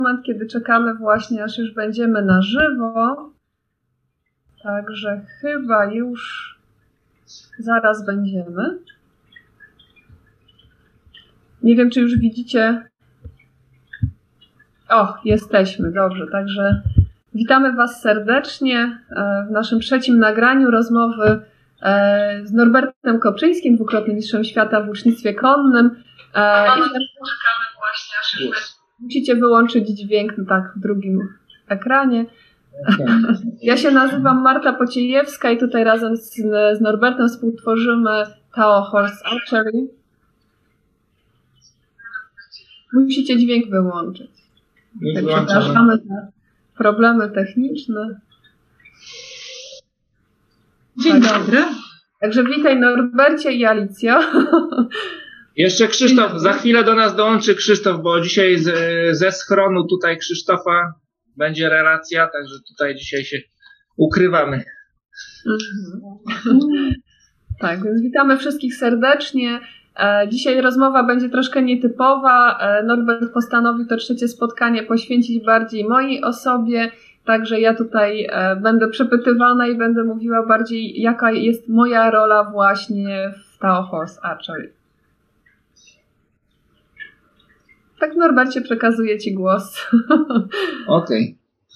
moment, kiedy czekamy właśnie, aż już będziemy na żywo. Także chyba już zaraz będziemy. Nie wiem, czy już widzicie. O, jesteśmy, dobrze. Także witamy Was serdecznie w naszym trzecim nagraniu rozmowy z Norbertem Kopczyńskim, dwukrotnym mistrzem świata w łucznictwie konnym. Musicie wyłączyć dźwięk tak w drugim ekranie. Ja się nazywam Marta Pociejewska i tutaj razem z Norbertem współtworzymy Tao Horse Archery. Musicie dźwięk wyłączyć. Tak, przepraszamy za problemy techniczne. Dzień dobry. Także witaj Norbercie i Alicjo. Jeszcze Krzysztof, za chwilę do nas dołączy Krzysztof, bo dzisiaj ze schronu tutaj Krzysztofa będzie relacja, także tutaj dzisiaj się ukrywamy. Tak, więc witamy wszystkich serdecznie. Dzisiaj rozmowa będzie troszkę nietypowa. Norbert postanowił to trzecie spotkanie poświęcić bardziej mojej osobie, także ja tutaj będę przepytywana i będę mówiła bardziej, jaka jest moja rola właśnie w Tao Horse Archery. Tak, Norbercie, przekazuję Ci głos. Okej.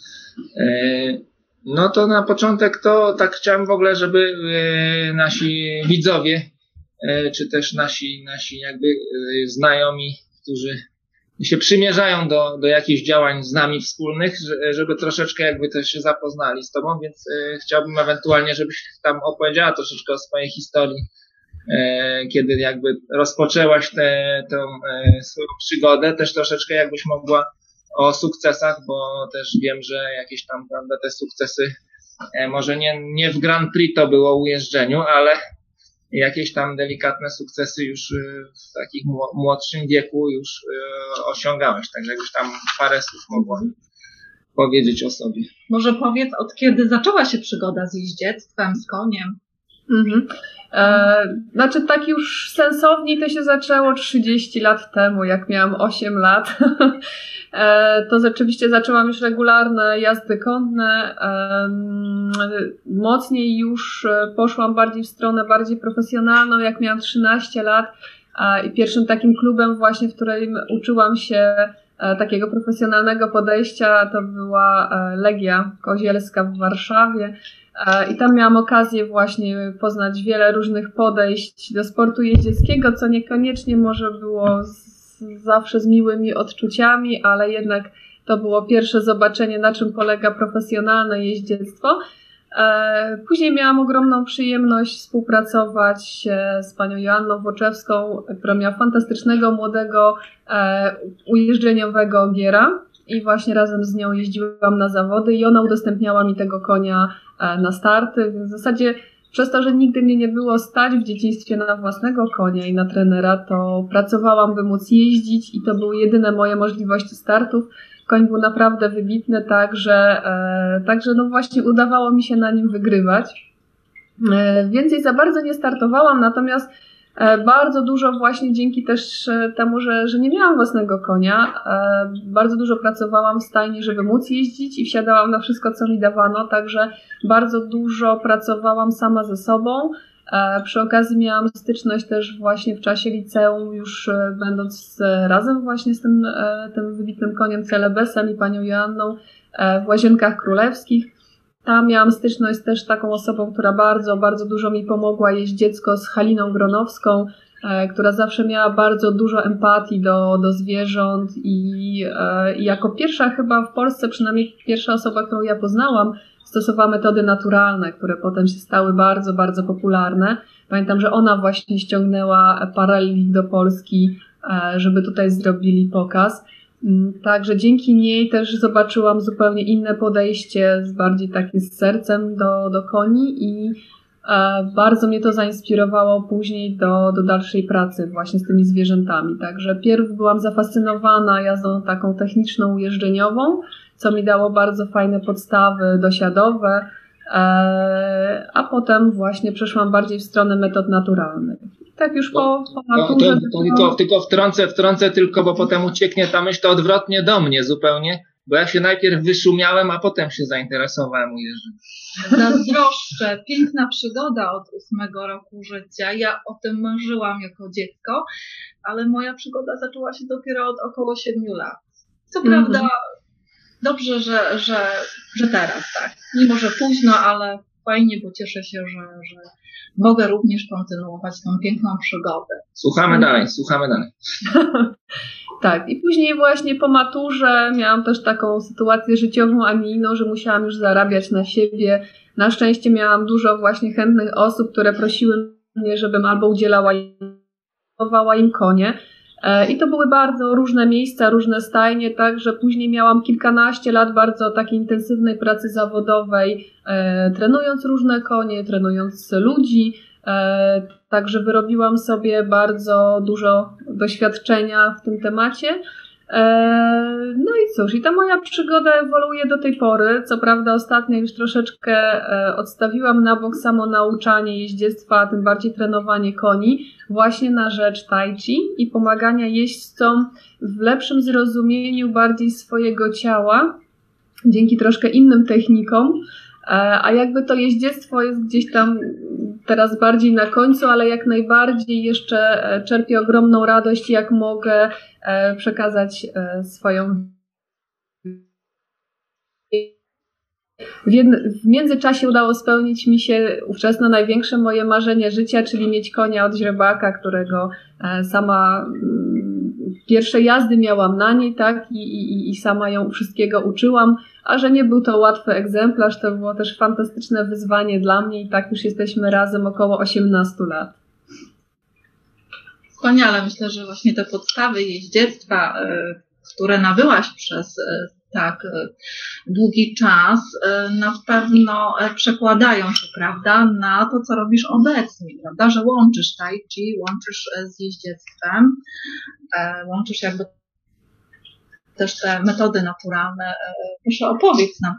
No to na początek to tak chciałem w ogóle, żeby nasi widzowie, czy też nasi jakby znajomi, którzy się przymierzają do jakichś działań z nami wspólnych, żeby troszeczkę jakby też się zapoznali z Tobą, więc chciałbym ewentualnie, żebyś tam opowiedziała troszeczkę o swojej historii, kiedy jakby rozpoczęłaś tę swoją przygodę, też troszeczkę jakbyś mogła o sukcesach, bo też wiem, że jakieś tam, prawda, te sukcesy, może nie w Grand Prix to było ujeżdżeniu, ale jakieś tam delikatne sukcesy już w takim młodszym wieku już osiągałeś, także jakbyś tam parę słów mogła powiedzieć o sobie. Może powiedz, od kiedy zaczęła się przygoda z jeździectwem, z koniem? Znaczy tak już sensowniej to się zaczęło 30 lat temu, jak miałam 8 lat. To rzeczywiście zaczęłam już regularne jazdy konne. Mocniej już poszłam bardziej w stronę bardziej profesjonalną, jak miałam 13 lat. I pierwszym takim klubem właśnie, w którym uczyłam się takiego profesjonalnego podejścia, to była Legia Kozielska w Warszawie. I tam miałam okazję właśnie poznać wiele różnych podejść do sportu jeździeckiego, co niekoniecznie może było zawsze z miłymi odczuciami, ale jednak to było pierwsze zobaczenie, na czym polega profesjonalne jeździectwo. Później miałam ogromną przyjemność współpracować z panią Joanną Włoczewską, która miała fantastycznego, młodego, ujeżdżeniowego ogiera. I właśnie razem z nią jeździłam na zawody i ona udostępniała mi tego konia na starty. W zasadzie przez to, że nigdy mnie nie było stać w dzieciństwie na własnego konia i na trenera, to pracowałam, by móc jeździć i to były jedyne moje możliwości startów. Koń był naprawdę wybitny, także no właśnie udawało mi się na nim wygrywać. Więcej za bardzo nie startowałam, natomiast bardzo dużo właśnie dzięki też temu, że nie miałam własnego konia, bardzo dużo pracowałam w stajni, żeby móc jeździć i wsiadałam na wszystko, co mi dawano, także bardzo dużo pracowałam sama ze sobą. Przy okazji miałam styczność też właśnie w czasie liceum, już będąc razem właśnie z tym wybitnym koniem Celebesem i panią Joanną w Łazienkach Królewskich. Tam miałam styczność też z taką osobą, która bardzo, bardzo dużo mi pomogła, jeździecko z Haliną Gronowską, która zawsze miała bardzo dużo empatii do zwierząt i jako pierwsza chyba w Polsce, przynajmniej pierwsza osoba, którą ja poznałam, stosowała metody naturalne, które potem się stały bardzo, bardzo popularne. Pamiętam, że ona właśnie ściągnęła Parallelik do Polski, żeby tutaj zrobili pokaz. Także dzięki niej też zobaczyłam zupełnie inne podejście, bardziej takie z sercem do koni i bardzo mnie to zainspirowało później do dalszej pracy właśnie z tymi zwierzętami. Także pierw byłam zafascynowana jazdą taką techniczną, jeżdżeniową, co mi dało bardzo fajne podstawy dosiadowe, a potem właśnie przeszłam bardziej w stronę metod naturalnych. tak już po maturze. Tylko wtrącę tylko, bo potem ucieknie ta myśl to odwrotnie do mnie zupełnie, bo ja się najpierw wyszumiałem, a potem się zainteresowałem u Jerzy. Zazdroszczę. Piękna przygoda od 8 roku życia. Ja o tym marzyłam jako dziecko, ale moja przygoda zaczęła się dopiero od około 7 lat. Co prawda dobrze, że teraz, tak. Mimo, że późno, ale fajnie, bo cieszę się, że mogę również kontynuować tą piękną przygodę. Słuchamy dalej. Tak, i później właśnie po maturze miałam też taką sytuację życiową, a nie inną, że musiałam już zarabiać na siebie. Na szczęście miałam dużo właśnie chętnych osób, które prosiły mnie, żebym albo udzielała im konie. I to były bardzo różne miejsca, różne stajnie, tak, że później miałam kilkanaście lat bardzo takiej intensywnej pracy zawodowej, trenując różne konie, trenując ludzi, także wyrobiłam sobie bardzo dużo doświadczenia w tym temacie. No i cóż, i ta moja przygoda ewoluuje do tej pory. Co prawda ostatnio już troszeczkę odstawiłam na bok samo nauczanie jeździectwa, a tym bardziej trenowanie koni, właśnie na rzecz tai chi i pomagania jeźdźcom w lepszym zrozumieniu bardziej swojego ciała, dzięki troszkę innym technikom. A jakby to jeździectwo jest gdzieś tam teraz bardziej na końcu, ale jak najbardziej jeszcze czerpię ogromną radość, jak mogę przekazać swoją. W międzyczasie udało spełnić mi się ówczesne największe moje marzenie życia, czyli mieć konia od źrebaka, którego sama pierwsze jazdy miałam na niej, tak, i sama ją wszystkiego uczyłam, a że nie był to łatwy egzemplarz, to było też fantastyczne wyzwanie dla mnie i tak już jesteśmy razem około 18 lat. Wspaniale, myślę, że właśnie te podstawy jeździectwa, które nabyłaś przez tak długi czas, na pewno przekładają się, prawda, na to, co robisz obecnie, prawda, że łączysz tai chi, łączysz z jeździectwem, łączysz jakby też te metody naturalne. Proszę, opowiedz nam.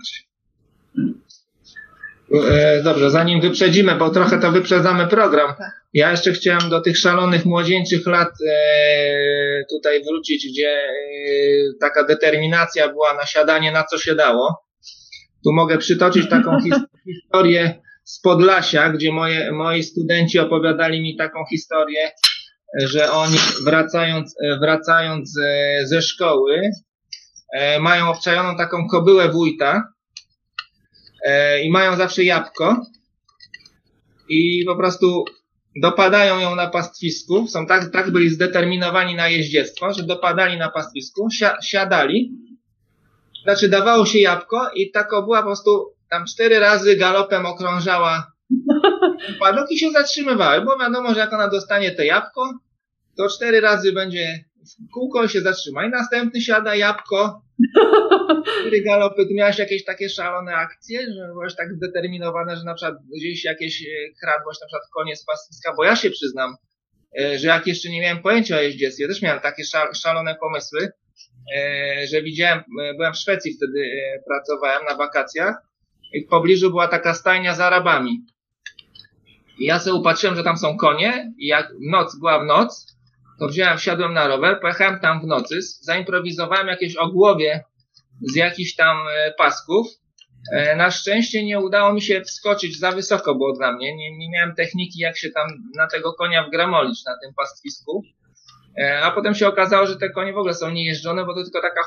Dobrze, zanim wyprzedzimy, bo trochę to wyprzedzamy program. Ja jeszcze chciałem do tych szalonych młodzieńczych lat tutaj wrócić, gdzie taka determinacja była na siadanie na co się dało. Tu mogę przytoczyć taką historię z Podlasia, gdzie moi studenci opowiadali mi taką historię, że oni wracając ze szkoły mają obczajoną taką kobyłę wójta i mają zawsze jabłko i po prostu dopadają ją na pastwisku, są tak byli zdeterminowani na jeździectwo, że dopadali na pastwisku, siadali, znaczy dawało się jabłko i ta kobyła po prostu tam 4 razy galopem okrążała padok i się zatrzymywała, bo wiadomo, że jak ona dostanie te jabłko, to 4 razy będzie w kółko i się zatrzyma i następny siada jabłko, 4 galopy. Ty miałeś jakieś takie szalone akcje, że byłeś tak zdeterminowana, że na przykład gdzieś jakieś kradłaś na przykład konie z pastwiska, bo ja się przyznam, że jak jeszcze nie miałem pojęcia o jeździectwie, też miałem takie szalone pomysły, że byłem w Szwecji wtedy, pracowałem na wakacjach i w pobliżu była taka stajnia z Arabami. I ja sobie upatrzyłem, że tam są konie i jak była w noc, to wsiadłem na rower, pojechałem tam w nocy, zaimprowizowałem jakieś ogłowie z jakichś tam pasków. Na szczęście nie udało mi się wskoczyć, za wysoko było dla mnie, nie miałem techniki jak się tam na tego konia wgramolić na tym pastwisku. A potem się okazało, że te konie w ogóle są niejeżdżone, bo to tylko taka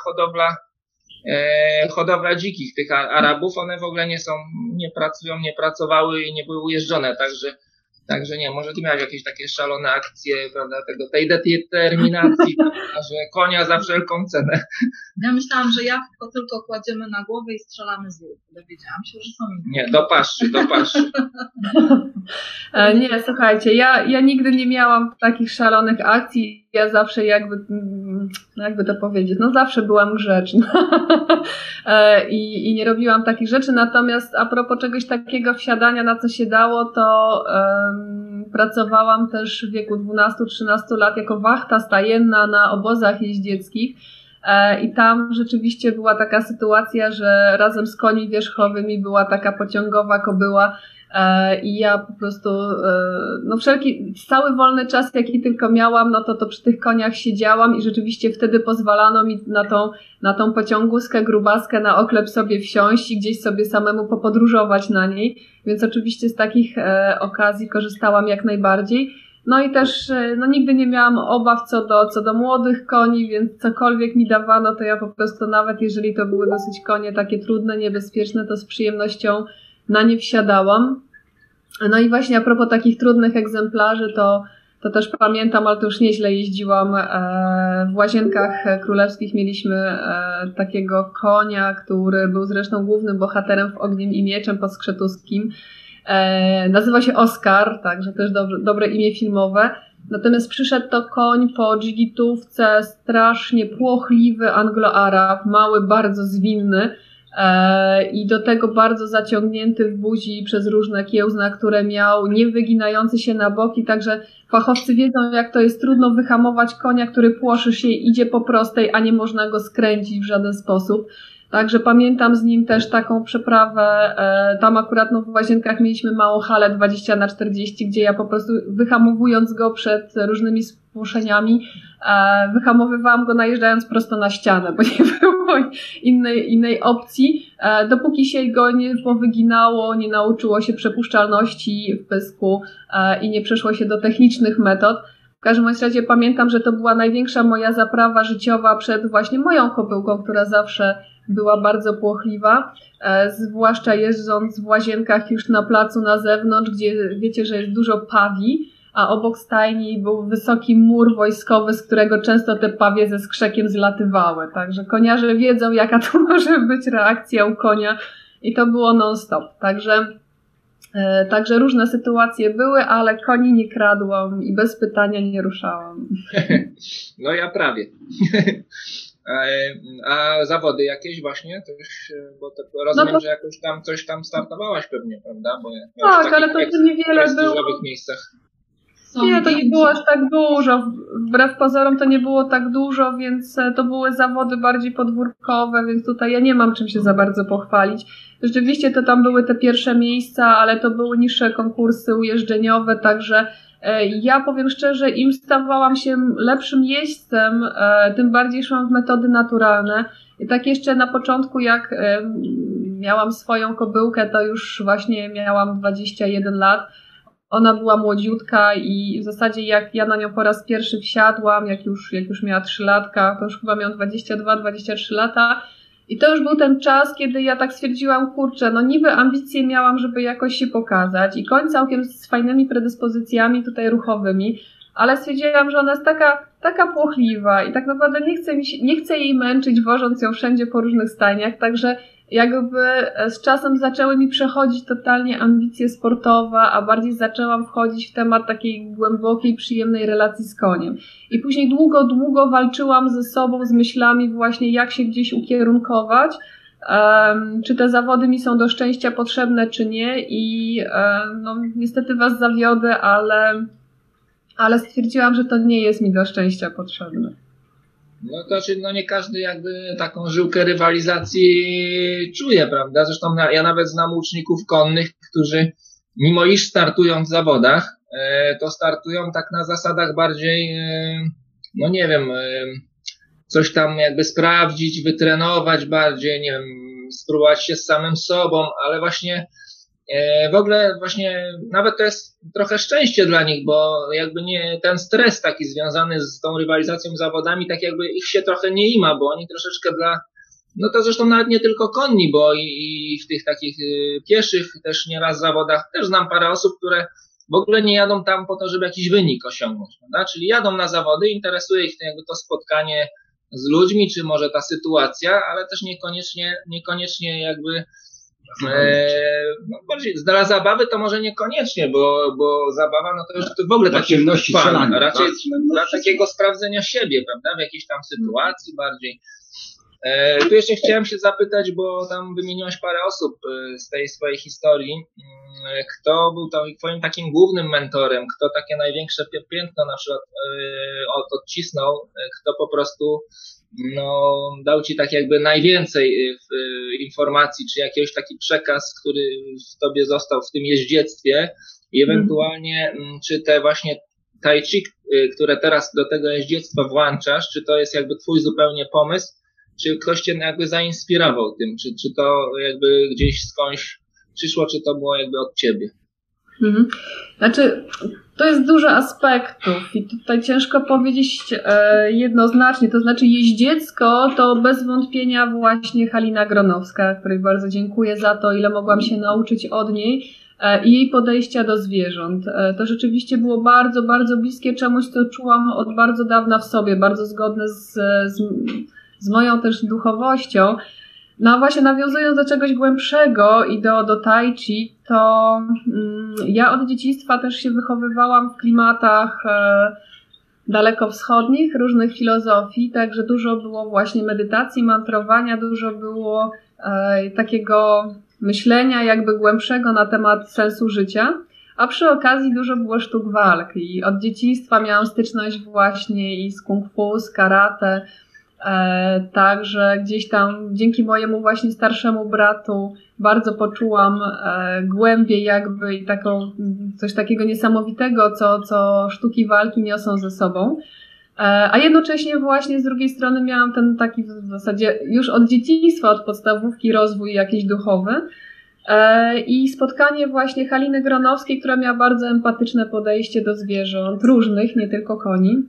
hodowla dzikich, tych Arabów, one w ogóle nie pracują, nie pracowały i nie były ujeżdżone, także nie, może ty miałeś jakieś takie szalone akcje, prawda, tej determinacji, że konia za wszelką cenę. Ja myślałam, że jabłko tylko kładziemy na głowę i strzelamy z łuku. Dowiedziałam się, że są inne. Nie, do paszczy. Nie, słuchajcie, ja nigdy nie miałam takich szalonych akcji. Ja zawsze jakby to powiedzieć, zawsze byłam grzeczna i nie robiłam takich rzeczy. Natomiast a propos czegoś takiego wsiadania na co się dało, to pracowałam też w wieku 12-13 lat jako wachta stajenna na obozach jeździeckich. I tam rzeczywiście była taka sytuacja, że razem z koniami wierzchowymi była taka pociągowa kobyła i ja po prostu no cały wolny czas jaki tylko miałam, no to przy tych koniach siedziałam i rzeczywiście wtedy pozwalano mi na tą pociąguskę, grubaskę, na oklep sobie wsiąść i gdzieś sobie samemu popodróżować na niej, więc oczywiście z takich okazji korzystałam jak najbardziej. No i też no nigdy nie miałam obaw co do młodych koni, więc cokolwiek mi dawano, to ja po prostu nawet jeżeli to były dosyć konie takie trudne, niebezpieczne, to z przyjemnością na nie wsiadałam. No i właśnie a propos takich trudnych egzemplarzy, to też pamiętam, ale to już nieźle jeździłam. W Łazienkach Królewskich mieliśmy takiego konia, który był zresztą głównym bohaterem w Ogniem i Mieczem pod Skrzetuskim. Nazywa się Oskar, także też dobre imię filmowe. Natomiast przyszedł to koń po dżigitówce, strasznie płochliwy Anglo-Arab, mały, bardzo zwinny i do tego bardzo zaciągnięty w buzi przez różne kiełzna, które miał, nie wyginający się na boki, także fachowcy wiedzą, jak to jest trudno wyhamować konia, który płoszy się i idzie po prostej, a nie można go skręcić w żaden sposób. Także pamiętam z nim też taką przeprawę, tam akurat w Łazienkach mieliśmy małą halę 20x40, gdzie ja po prostu wyhamowując go przed różnymi spłoszeniami, wyhamowywałam go najeżdżając prosto na ścianę, bo nie było innej opcji, dopóki się go nie powyginało, nie nauczyło się przepuszczalności w pysku i nie przeszło się do technicznych metod. W każdym razie pamiętam, że to była największa moja zaprawa życiowa przed właśnie moją kobyłką, która zawsze była bardzo płochliwa, zwłaszcza jeżdżąc w Łazienkach już na placu na zewnątrz, gdzie wiecie, że jest dużo pawi, a obok stajni był wysoki mur wojskowy, z którego często te pawie ze skrzekiem zlatywały. Także koniarze wiedzą, jaka to może być reakcja u konia i to było non-stop. Także różne sytuacje były, ale koni nie kradłam i bez pytania nie ruszałam. No ja prawie. A zawody jakieś właśnie też, bo rozumiem, że jakoś tam coś tam startowałaś pewnie, prawda? Bo tak, ale to niewiele było. W miejscach. Nie, to nie było aż tak dużo. Wbrew pozorom to nie było tak dużo, więc to były zawody bardziej podwórkowe, więc tutaj ja nie mam czym się za bardzo pochwalić. Rzeczywiście to tam były te pierwsze miejsca, ale to były niższe konkursy ujeżdżeniowe, także ja powiem szczerze, im stawałam się lepszym jeźdźcem, tym bardziej szłam w metody naturalne. I tak jeszcze na początku, jak miałam swoją kobyłkę, to już właśnie miałam 21 lat. Ona była młodziutka i w zasadzie jak ja na nią po raz pierwszy wsiadłam, jak już miała 3 latka, to już chyba miałam 22-23 lata. I to już był ten czas, kiedy ja tak stwierdziłam, kurczę, no niby ambicje miałam, żeby jakoś się pokazać i koń całkiem z fajnymi predyspozycjami tutaj ruchowymi, ale stwierdziłam, że ona jest taka płochliwa i tak naprawdę nie chcę jej męczyć, wożąc ją wszędzie po różnych stajniach, także jakby z czasem zaczęły mi przechodzić totalnie ambicje sportowe, a bardziej zaczęłam wchodzić w temat takiej głębokiej, przyjemnej relacji z koniem. I później długo walczyłam ze sobą, z myślami właśnie, jak się gdzieś ukierunkować, czy te zawody mi są do szczęścia potrzebne, czy nie. I no niestety was zawiodę, ale stwierdziłam, że to nie jest mi do szczęścia potrzebne. No to znaczy, no nie każdy jakby taką żyłkę rywalizacji czuje, prawda? Zresztą ja nawet znam łuczników konnych, którzy mimo iż startują w zawodach, to startują tak na zasadach bardziej, no nie wiem, coś tam jakby sprawdzić, wytrenować bardziej, nie wiem, spróbować się z samym sobą, ale właśnie w ogóle właśnie nawet to jest trochę szczęście dla nich, bo jakby nie ten stres taki związany z tą rywalizacją zawodami, tak jakby ich się trochę nie ima, bo oni troszeczkę no to zresztą nawet nie tylko konni, bo i w tych takich pieszych też nieraz zawodach też znam parę osób, które w ogóle nie jadą tam po to, żeby jakiś wynik osiągnąć, prawda? Czyli jadą na zawody, interesuje ich jakby to spotkanie z ludźmi, czy może ta sytuacja, ale też niekoniecznie jakby no bardziej dla zabawy to może niekoniecznie, bo zabawa no to już to w ogóle taki fan, raczej dla takiego sprawdzenia siebie, prawda, w jakiejś tam sytuacji bardziej. Tu jeszcze chciałem się zapytać, bo tam wymieniłaś parę osób z tej swojej historii. Kto był twoim takim głównym mentorem? Kto takie największe piętno na przykład odcisnął? Kto po prostu dał ci tak jakby najwięcej informacji, czy jakiś taki przekaz, który w tobie został w tym jeździectwie i ewentualnie czy te właśnie tai chi, które teraz do tego jeździectwa włączasz, czy to jest jakby twój zupełnie pomysł, czy ktoś cię jakby zainspirował tym, czy to jakby gdzieś skądś przyszło, czy to było jakby od ciebie? Znaczy, to jest dużo aspektów i tutaj ciężko powiedzieć jednoznacznie, to znaczy jeździecko to bez wątpienia właśnie Halina Gronowska, której bardzo dziękuję za to, ile mogłam się nauczyć od niej i jej podejścia do zwierząt. To rzeczywiście było bardzo, bardzo bliskie czemuś, co czułam od bardzo dawna w sobie, bardzo zgodne z moją też duchowością. No a właśnie nawiązując do czegoś głębszego i do tai chi, to ja od dzieciństwa też się wychowywałam w klimatach dalekowschodnich, różnych filozofii, także dużo było właśnie medytacji, mantrowania, dużo było takiego myślenia jakby głębszego na temat sensu życia, a przy okazji dużo było sztuk walk i od dzieciństwa miałam styczność właśnie i z kung fu, z karate. Także gdzieś tam dzięki mojemu właśnie starszemu bratu bardzo poczułam głębię jakby i coś takiego niesamowitego, co sztuki walki niosą ze sobą. A jednocześnie właśnie z drugiej strony miałam ten taki w zasadzie już od dzieciństwa, od podstawówki rozwój jakiś duchowy. I spotkanie właśnie Haliny Gronowskiej, która miała bardzo empatyczne podejście do zwierząt, różnych, nie tylko koni.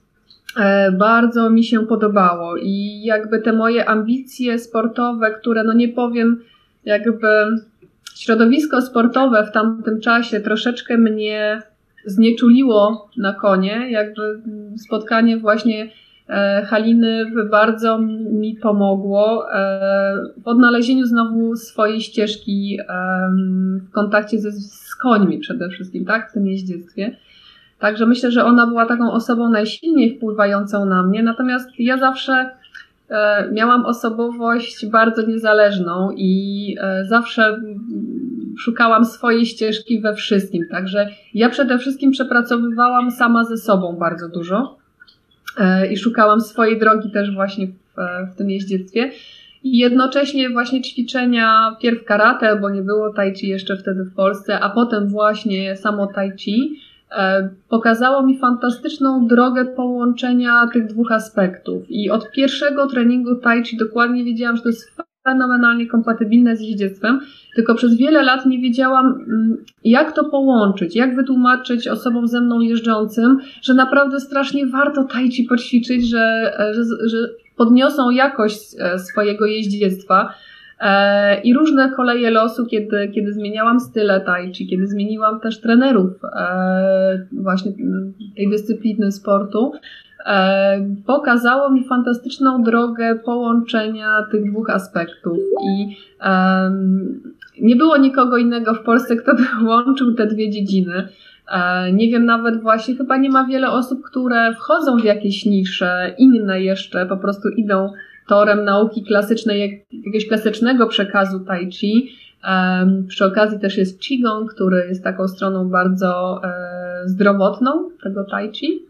Bardzo mi się podobało i jakby te moje ambicje sportowe, które no nie powiem, jakby środowisko sportowe w tamtym czasie troszeczkę mnie znieczuliło na konie, jakby spotkanie właśnie Haliny bardzo mi pomogło w odnalezieniu znowu swojej ścieżki w kontakcie z końmi przede wszystkim, tak, w tym jeździectwie. Także myślę, że ona była taką osobą najsilniej wpływającą na mnie, natomiast ja zawsze miałam osobowość bardzo niezależną i zawsze szukałam swojej ścieżki we wszystkim, także ja przede wszystkim przepracowywałam sama ze sobą bardzo dużo i szukałam swojej drogi też właśnie w tym jeździectwie i jednocześnie właśnie ćwiczenia pierw karate, bo nie było tai chi jeszcze wtedy w Polsce, a potem właśnie samo tai chi pokazało mi fantastyczną drogę połączenia tych dwóch aspektów i od pierwszego treningu tai chi dokładnie wiedziałam, że to jest fenomenalnie kompatybilne z jeździectwem, tylko przez wiele lat nie wiedziałam, jak to połączyć, jak wytłumaczyć osobom ze mną jeżdżącym, że naprawdę strasznie warto tai chi poćwiczyć, że podniosą jakość swojego jeździectwa. I różne koleje losu, kiedy zmieniałam style tai chi, kiedy zmieniłam też trenerów właśnie tej dyscypliny sportu, pokazało mi fantastyczną drogę połączenia tych dwóch aspektów i nie było nikogo innego w Polsce, kto by łączył te dwie dziedziny. Nie wiem, nawet właśnie chyba nie ma wiele osób, które wchodzą w jakieś nisze, inne jeszcze, po prostu idą torem nauki klasycznej, jakiegoś klasycznego przekazu tai chi. Przy okazji też jest qigong, który jest taką stroną bardzo zdrowotną tego tai chi.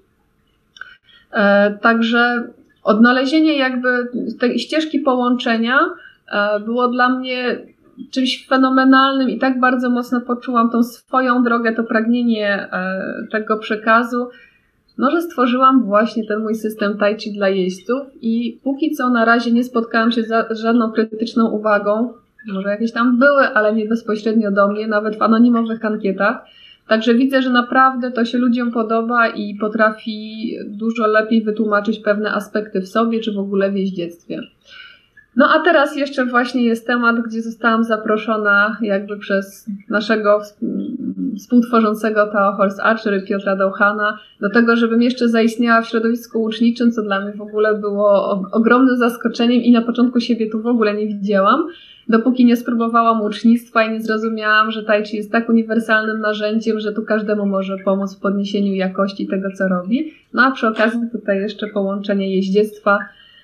Także odnalezienie jakby tej ścieżki połączenia było dla mnie czymś fenomenalnym i tak bardzo mocno poczułam tą swoją drogę, to pragnienie tego przekazu, no, że stworzyłam właśnie ten mój system tai chi dla jeźdźców i póki co na razie nie spotkałam się z żadną krytyczną uwagą. Może jakieś tam były, ale nie bezpośrednio do mnie, nawet w anonimowych ankietach. Także widzę, że naprawdę to się ludziom podoba i potrafi dużo lepiej wytłumaczyć pewne aspekty w sobie, czy w ogóle w jeździectwie. No a teraz jeszcze właśnie jest temat, gdzie zostałam zaproszona jakby przez naszego współtworzącego Tao Horse Archery Piotra Dauchana do tego, żebym jeszcze zaistniała w środowisku łuczniczym, co dla mnie w ogóle było ogromnym zaskoczeniem i na początku siebie tu w ogóle nie widziałam, dopóki nie spróbowałam łucznictwa i nie zrozumiałam, że tai chi jest tak uniwersalnym narzędziem, że tu każdemu może pomóc w podniesieniu jakości tego, co robi. No a przy okazji tutaj jeszcze połączenie jeździectwa.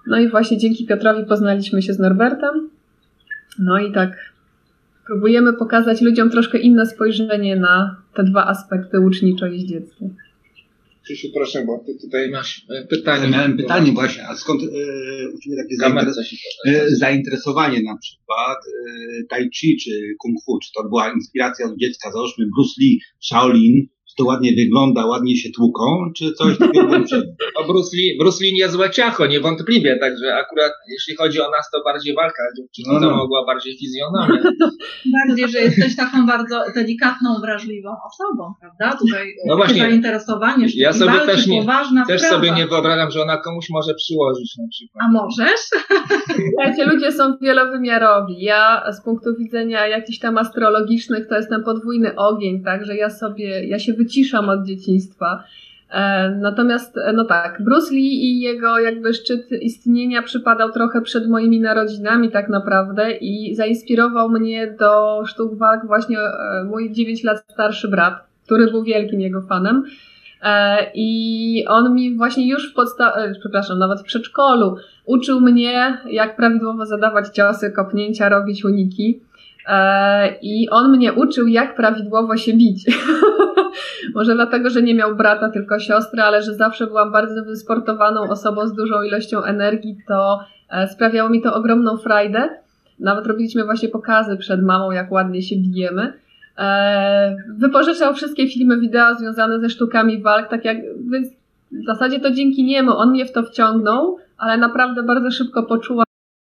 No i właśnie dzięki Piotrowi poznaliśmy się z Norbertem. No i tak próbujemy pokazać ludziom troszkę inne spojrzenie na te dwa aspekty łuczniczo-jeździeckie. Krzysiu, proszę, bo ty tutaj masz pytanie. Miałem pytanie właśnie, a skąd u Ciebie takie zainteresowanie na przykład tai chi czy kung fu? Czy to była inspiracja od dziecka, załóżmy Bruce Lee, Shaolin, czy to ładnie wygląda, ładnie się tłuką, czy coś takiego większego? No Bruce Lee niezłe ciacho, niewątpliwie, także akurat jeśli chodzi o nas, to bardziej walka, dziewczyna to mogła bardziej fizjonomię. Bardziej, że jesteś taką bardzo delikatną, wrażliwą osobą, prawda? Tutaj no właśnie, zainteresowanie, ja sobie walki, poważna też sprawa. sobie nie wyobrażam, że ona komuś może przyłożyć na przykład. A możesz? Słuchajcie, ludzie są wielowymiarowi. Ja z punktu widzenia jakichś tam astrologicznych to jestem podwójny ogień, także ja się wyciszam od dzieciństwa. Natomiast, no tak, Bruce Lee i jego jakby szczyt istnienia przypadał trochę przed moimi narodzinami tak naprawdę i zainspirował mnie do sztuk walk właśnie mój 9 lat starszy brat, który był wielkim jego fanem. I on mi właśnie już nawet w przedszkolu uczył mnie, jak prawidłowo zadawać ciosy, kopnięcia, robić uniki. I on mnie uczył, jak prawidłowo się bić. Może dlatego, że nie miał brata, tylko siostrę, ale że zawsze byłam bardzo wysportowaną osobą z dużą ilością energii, to sprawiało mi to ogromną frajdę. Nawet robiliśmy właśnie pokazy przed mamą, jak ładnie się bijemy. Wypożyczał wszystkie filmy wideo związane ze sztukami walk, więc w zasadzie to dzięki niemu on mnie w to wciągnął, ale naprawdę bardzo szybko poczułam,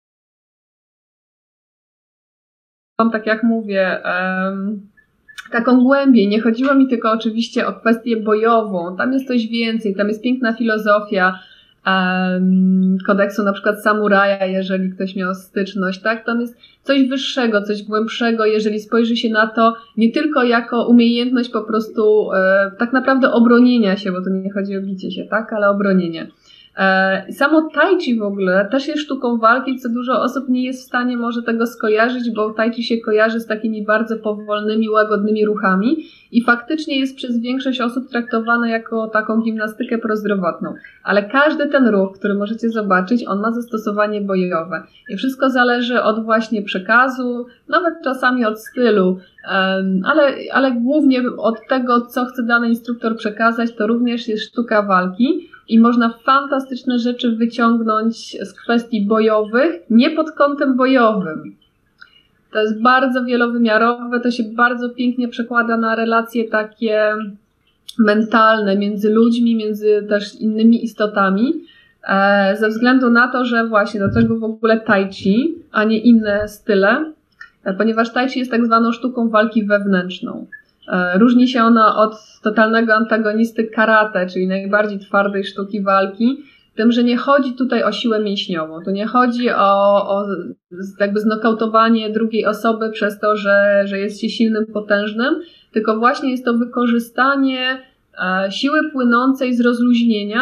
tak jak mówię, taką głębię. Nie chodziło mi tylko oczywiście o kwestię bojową. Tam jest coś więcej, tam jest piękna filozofia kodeksu na przykład samuraja, jeżeli ktoś miał styczność, tak? Tam jest coś wyższego, coś głębszego, jeżeli spojrzy się na to nie tylko jako umiejętność po prostu tak naprawdę obronienia się, bo tu nie chodzi o bicie się, tak? Ale obronienie. Samo tai chi w ogóle też jest sztuką walki, co dużo osób nie jest w stanie może tego skojarzyć, bo tai chi się kojarzy z takimi bardzo powolnymi, łagodnymi ruchami i faktycznie jest przez większość osób traktowane jako taką gimnastykę prozdrowotną. Ale każdy ten ruch, który możecie zobaczyć, on ma zastosowanie bojowe. I wszystko zależy od właśnie przekazu, nawet czasami od stylu, ale głównie od tego, co chce dany instruktor przekazać, to również jest sztuka walki. I można fantastyczne rzeczy wyciągnąć z kwestii bojowych, nie pod kątem bojowym. To jest bardzo wielowymiarowe, to się bardzo pięknie przekłada na relacje takie mentalne między ludźmi, między też innymi istotami, ze względu na to, że właśnie dlaczego w ogóle tai chi, a nie inne style, ponieważ tai chi jest tak zwaną sztuką walki wewnętrzną. Różni się ona od totalnego antagonisty karate, czyli najbardziej twardej sztuki walki, tym, że nie chodzi tutaj o siłę mięśniową. Tu nie chodzi o jakby znokautowanie drugiej osoby przez to, że jest się silnym, potężnym, tylko właśnie jest to wykorzystanie siły płynącej z rozluźnienia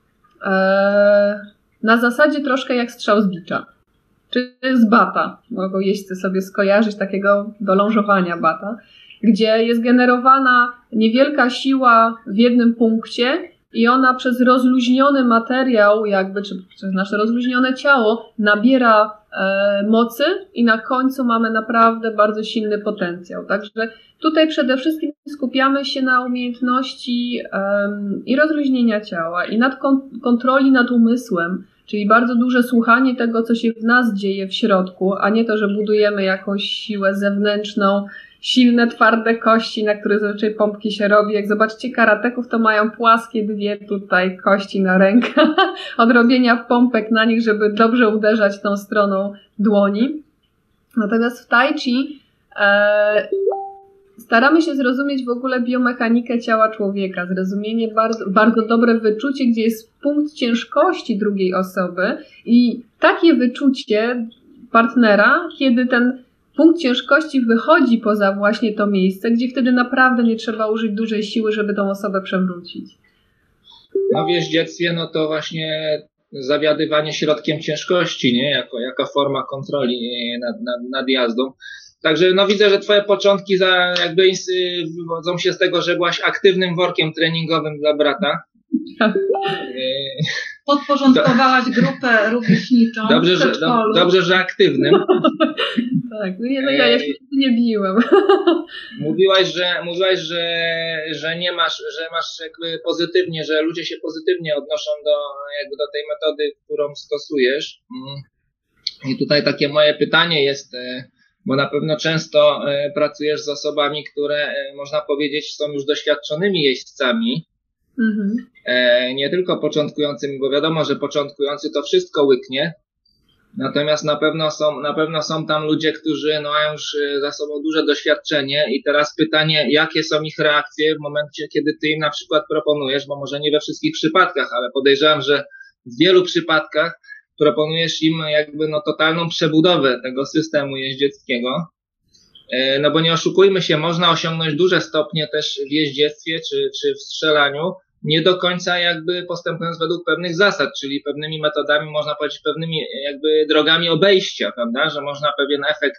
na zasadzie troszkę jak strzał z bicza. Czy z bata. Mogą jeźdźcy sobie skojarzyć takiego do lążowania bata, gdzie jest generowana niewielka siła w jednym punkcie i ona przez rozluźniony materiał, jakby, czy przez nasze rozluźnione ciało nabiera mocy i na końcu mamy naprawdę bardzo silny potencjał. Także tutaj przede wszystkim skupiamy się na umiejętności i rozluźnienia ciała i kontroli nad umysłem, czyli bardzo duże słuchanie tego, co się w nas dzieje w środku, a nie to, że budujemy jakąś siłę zewnętrzną, silne, twarde kości, na których zazwyczaj pompki się robi. Jak zobaczycie karateków, to mają płaskie dwie tutaj kości na rękach od robienia pompek na nich, żeby dobrze uderzać tą stroną dłoni. Natomiast w tai chi staramy się zrozumieć w ogóle biomechanikę ciała człowieka, zrozumienie, bardzo dobre wyczucie, gdzie jest punkt ciężkości drugiej osoby i takie wyczucie partnera, kiedy ten punkt ciężkości wychodzi poza właśnie to miejsce, gdzie wtedy naprawdę nie trzeba użyć dużej siły, żeby tą osobę przewrócić. No w jeździectwie, no to właśnie zawiadywanie środkiem ciężkości, nie? Jako forma kontroli nad jazdą. Także no widzę, że twoje początki jakby wywodzą się z tego, że byłaś aktywnym workiem treningowym dla brata. podporządkowałaś grupę rówieśniczą Dobrze, że aktywnym. Tak, ja się nie biłem. Mówiłaś, że nie masz, że masz jakby pozytywnie, że ludzie się pozytywnie odnoszą do tej metody, którą stosujesz. I tutaj takie moje pytanie jest, bo na pewno często pracujesz z osobami, które można powiedzieć są już doświadczonymi jeźdźcami. Mhm. Nie tylko początkującymi, bo wiadomo, że początkujący to wszystko łyknie. Natomiast na pewno są tam ludzie, którzy mają już za sobą duże doświadczenie i teraz pytanie, jakie są ich reakcje w momencie, kiedy ty im na przykład proponujesz, bo może nie we wszystkich przypadkach, ale podejrzewam, że w wielu przypadkach proponujesz im jakby totalną przebudowę tego systemu jeździeckiego. No bo nie oszukujmy się, można osiągnąć duże stopnie też w jeździectwie czy w strzelaniu, nie do końca jakby postępując według pewnych zasad, czyli pewnymi metodami, można powiedzieć, pewnymi jakby drogami obejścia, prawda, że można pewien efekt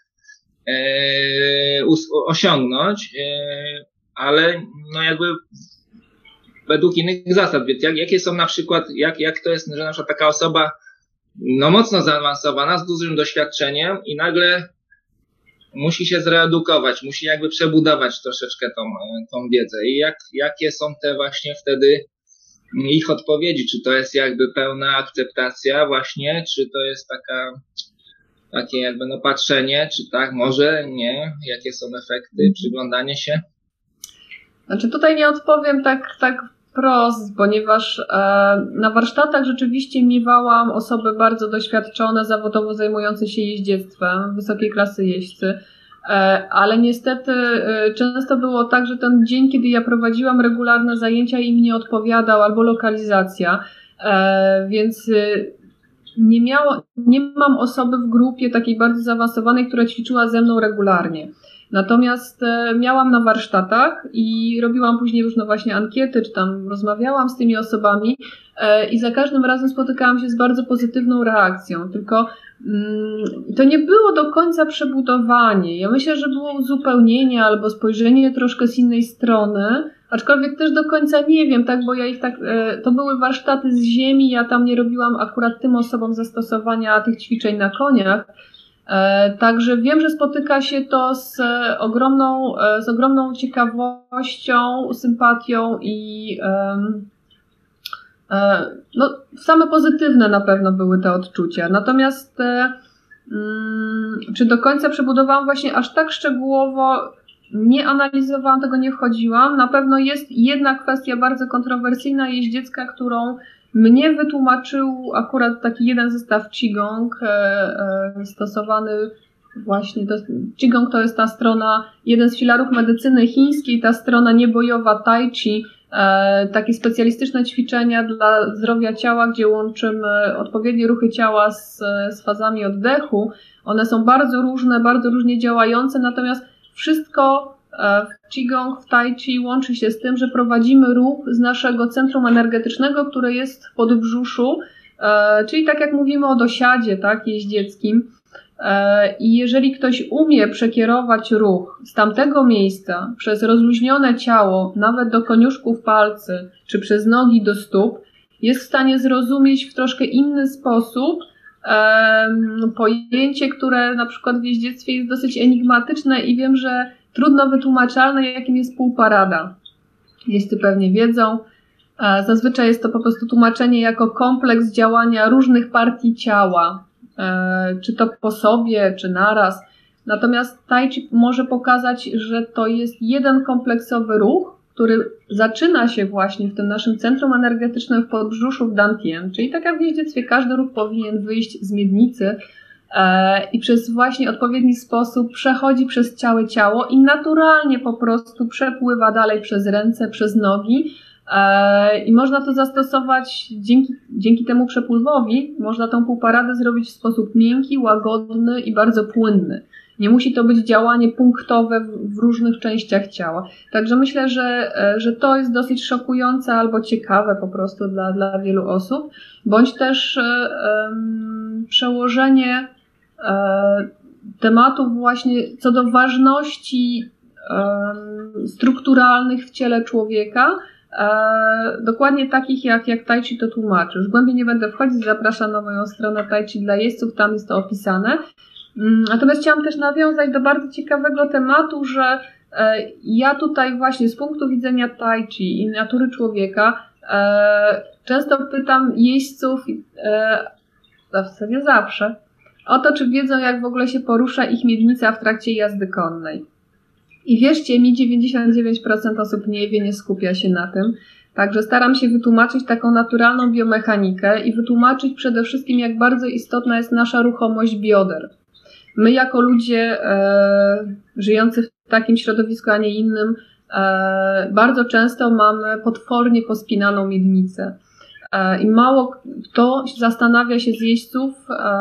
osiągnąć, ale jakby według innych zasad. Więc jakie są na przykład, jak to jest, że na przykład taka osoba mocno zaawansowana, z dużym doświadczeniem i nagle musi się zreedukować, musi jakby przebudować troszeczkę tą wiedzę. I jakie są te właśnie wtedy ich odpowiedzi? Czy to jest jakby pełna akceptacja właśnie, czy to jest takie jakby patrzenie, czy tak, może, nie? Jakie są efekty, przyglądanie się? Znaczy tutaj nie odpowiem tak wprost, ponieważ na warsztatach rzeczywiście miewałam osoby bardzo doświadczone, zawodowo zajmujące się jeździectwem, wysokiej klasy jeźdźcy, ale niestety często było tak, że ten dzień, kiedy ja prowadziłam regularne zajęcia, im nie odpowiadał, albo lokalizacja, więc nie mam osoby w grupie takiej bardzo zaawansowanej, która ćwiczyła ze mną regularnie. Natomiast miałam na warsztatach i robiłam później różne właśnie ankiety, czy tam rozmawiałam z tymi osobami i za każdym razem spotykałam się z bardzo pozytywną reakcją, tylko to nie było do końca przebudowanie. Ja myślę, że było uzupełnienie albo spojrzenie troszkę z innej strony, aczkolwiek też do końca nie wiem, tak, bo ja ich to były warsztaty z ziemi, ja tam nie robiłam akurat tym osobom zastosowania tych ćwiczeń na koniach. Także wiem, że spotyka się to z ogromną ciekawością, sympatią i same pozytywne na pewno były te odczucia. Natomiast czy do końca przebudowałam właśnie aż tak szczegółowo, nie analizowałam tego, nie wchodziłam. Na pewno jest jedna kwestia bardzo kontrowersyjna jeździecka, którą mnie wytłumaczył akurat taki jeden zestaw Qigong stosowany właśnie. Qigong to jest ta strona, jeden z filarów medycyny chińskiej, ta strona niebojowa Tai Chi, takie specjalistyczne ćwiczenia dla zdrowia ciała, gdzie łączymy odpowiednie ruchy ciała z fazami oddechu. One są bardzo różne, bardzo różnie działające, natomiast wszystko w Qigong, w Tai Chi łączy się z tym, że prowadzimy ruch z naszego centrum energetycznego, które jest w podbrzuszu, czyli tak jak mówimy o dosiadzie, tak, jeździeckim. I jeżeli ktoś umie przekierować ruch z tamtego miejsca przez rozluźnione ciało, nawet do koniuszków palcy, czy przez nogi do stóp, jest w stanie zrozumieć w troszkę inny sposób pojęcie, które na przykład w jeździectwie jest dosyć enigmatyczne i wiem, że trudno wytłumaczalne, jakim jest półparada. Jeźdźcy pewnie wiedzą. Zazwyczaj jest to po prostu tłumaczenie jako kompleks działania różnych partii ciała, czy to po sobie, czy naraz. Natomiast Tai Chi może pokazać, że to jest jeden kompleksowy ruch, który zaczyna się właśnie w tym naszym centrum energetycznym w podbrzuszu, w Dantien. Czyli tak jak w jeździectwie, każdy ruch powinien wyjść z miednicy i przez właśnie odpowiedni sposób przechodzi przez całe ciało i naturalnie po prostu przepływa dalej przez ręce, przez nogi. I można to zastosować dzięki temu przepływowi, można tą półparadę zrobić w sposób miękki, łagodny i bardzo płynny. Nie musi to być działanie punktowe w różnych częściach ciała. Także myślę, że to jest dosyć szokujące albo ciekawe po prostu dla wielu osób, bądź też przełożenie tematów właśnie co do ważności strukturalnych w ciele człowieka dokładnie takich jak Tai Chi to tłumaczy. Już głębiej nie będę wchodzić, zapraszam na moją stronę Tai Chi dla jeźdźców, tam jest to opisane. Natomiast chciałam też nawiązać do bardzo ciekawego tematu, że ja tutaj właśnie z punktu widzenia Tai Chi i natury człowieka często pytam jeźdźców, w zasadzie zawsze, o to, czy wiedzą, jak w ogóle się porusza ich miednica w trakcie jazdy konnej. I wierzcie mi, 99% osób nie wie, nie skupia się na tym. Także staram się wytłumaczyć taką naturalną biomechanikę i wytłumaczyć przede wszystkim, jak bardzo istotna jest nasza ruchomość bioder. My jako ludzie żyjący w takim środowisku, a nie innym, bardzo często mamy potwornie pospinaną miednicę. I mało kto zastanawia się z jeźdźców,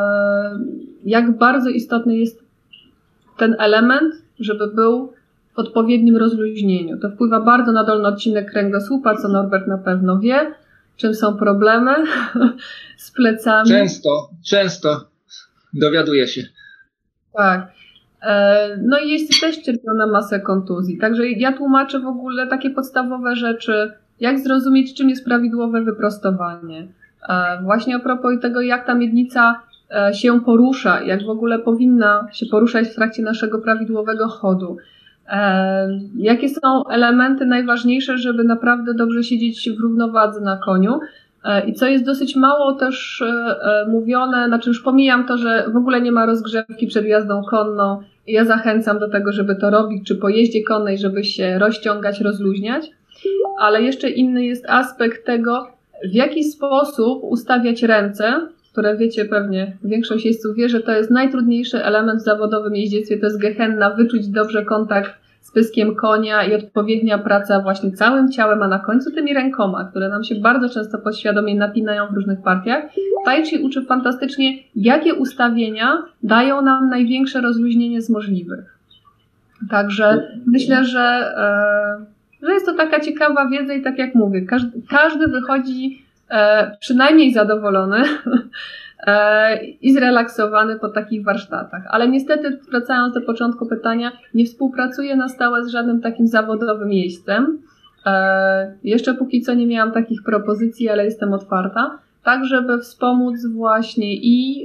jak bardzo istotny jest ten element, żeby był w odpowiednim rozluźnieniu. To wpływa bardzo na dolny odcinek kręgosłupa, co Norbert na pewno wie, czym są problemy z plecami. Często dowiaduję się. Tak. No i jeźdźcy też cierpią na masę kontuzji. Także ja tłumaczę w ogóle takie podstawowe rzeczy, jak zrozumieć, czym jest prawidłowe wyprostowanie. Właśnie a propos tego, jak ta miednica się porusza, jak w ogóle powinna się poruszać w trakcie naszego prawidłowego chodu. Jakie są elementy najważniejsze, żeby naprawdę dobrze siedzieć w równowadze na koniu. I co jest dosyć mało też mówione, znaczy już pomijam to, że w ogóle nie ma rozgrzewki przed jazdą konną. Ja zachęcam do tego, żeby to robić, czy po jeździe konnej, żeby się rozciągać, rozluźniać. Ale jeszcze inny jest aspekt tego, w jaki sposób ustawiać ręce, które wiecie pewnie, większość jeźdźców wie, że to jest najtrudniejszy element w zawodowym jeździectwie, to jest gehenna, wyczuć dobrze kontakt z pyskiem konia i odpowiednia praca właśnie całym ciałem, a na końcu tymi rękoma, które nam się bardzo często podświadomie napinają w różnych partiach. Tai Chi uczy fantastycznie, jakie ustawienia dają nam największe rozluźnienie z możliwych. Także myślę, że jest to taka ciekawa wiedza i tak jak mówię, każdy wychodzi przynajmniej zadowolony i zrelaksowany po takich warsztatach. Ale niestety, wracając do początku pytania, nie współpracuję na stałe z żadnym takim zawodowym jeźdźcem. Jeszcze póki co nie miałam takich propozycji, ale jestem otwarta, tak żeby wspomóc właśnie i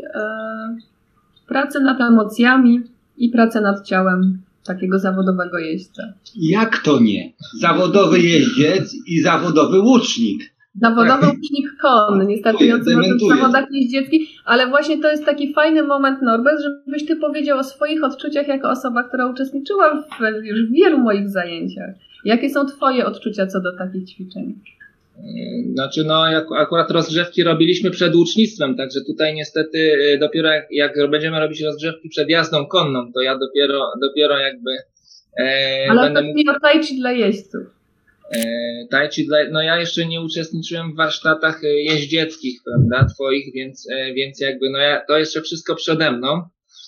pracę nad emocjami i pracę nad ciałem takiego zawodowego jeźdźca. Jak to nie? Zawodowy jeździec i zawodowy łucznik. Zawodowy łucznik konny, nie startujący w zawodach jeździeckich, ale właśnie to jest taki fajny moment, Norbert, żebyś ty powiedział o swoich odczuciach jako osoba, która uczestniczyła już w wielu moich zajęciach. Jakie są twoje odczucia co do takich ćwiczeń? Znaczy, akurat rozgrzewki robiliśmy przed łucznictwem, także tutaj niestety dopiero jak będziemy robić rozgrzewki przed jazdą konną, to ja dopiero jakby ale będę mówił o Tai Chi dla jeźdźców. Tai Chi ja jeszcze nie uczestniczyłem w warsztatach jeździeckich, prawda, twoich, więc jakby to jeszcze wszystko przede mną,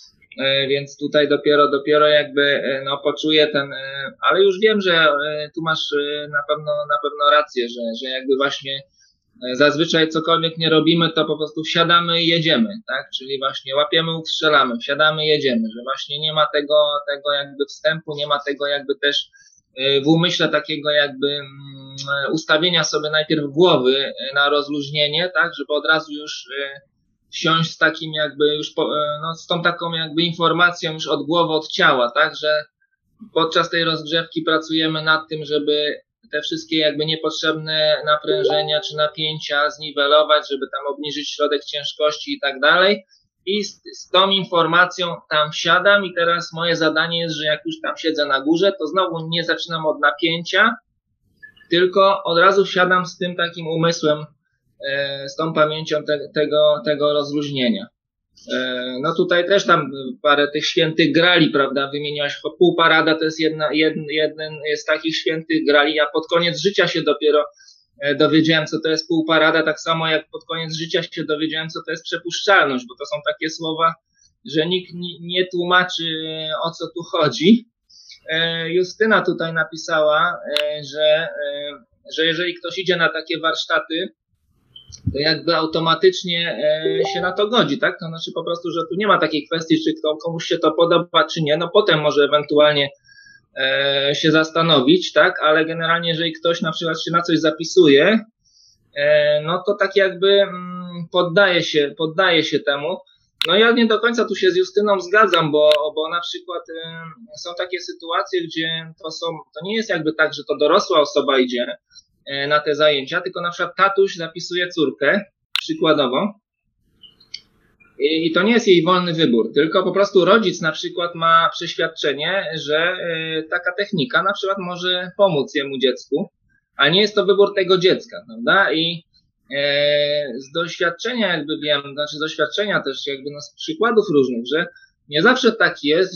więc tutaj dopiero jakby poczuję ten, ale już wiem, że tu masz na pewno rację, że jakby właśnie zazwyczaj cokolwiek nie robimy, to po prostu wsiadamy i jedziemy, tak, czyli właśnie łapiemy, strzelamy, wsiadamy, jedziemy, że właśnie nie ma tego jakby wstępu, nie ma tego jakby też w umyśle takiego jakby ustawienia sobie najpierw głowy na rozluźnienie, tak, żeby od razu już wsiąść z takim jakby już z tą taką jakby informacją już od głowy, od ciała, tak, że podczas tej rozgrzewki pracujemy nad tym, żeby te wszystkie jakby niepotrzebne naprężenia czy napięcia zniwelować, żeby tam obniżyć środek ciężkości i tak dalej. I z tą informacją tam wsiadam i teraz moje zadanie jest, że jak już tam siedzę na górze, to znowu nie zaczynam od napięcia, tylko od razu wsiadam z tym takim umysłem, z tą pamięcią tego rozluźnienia. No tutaj też tam parę tych świętych grali, prawda, wymieniłaś, półparada to jest jeden z takich świętych grali, ja pod koniec życia się dopiero dowiedziałem, co to jest półparada, tak samo jak pod koniec życia się dowiedziałem, co to jest przepuszczalność, bo to są takie słowa, że nikt nie tłumaczy, o co tu chodzi. Justyna tutaj napisała, że jeżeli ktoś idzie na takie warsztaty, to jakby automatycznie się na to godzi, tak? To znaczy po prostu, że tu nie ma takiej kwestii, czy komuś się to podoba, czy nie. No potem może ewentualnie się zastanowić, tak, ale generalnie jeżeli ktoś na przykład się na coś zapisuje, no to tak jakby poddaje się temu. No ja nie do końca tu się z Justyną zgadzam, bo na przykład są takie sytuacje, gdzie to nie jest jakby tak, że to dorosła osoba idzie na te zajęcia, tylko na przykład tatuś zapisuje córkę, przykładowo, i to nie jest jej wolny wybór, tylko po prostu rodzic na przykład ma przeświadczenie, że taka technika na przykład może pomóc jemu dziecku, a nie jest to wybór tego dziecka, prawda? I z doświadczenia jakby wiem, znaczy z doświadczenia też jakby z przykładów różnych, że nie zawsze tak jest,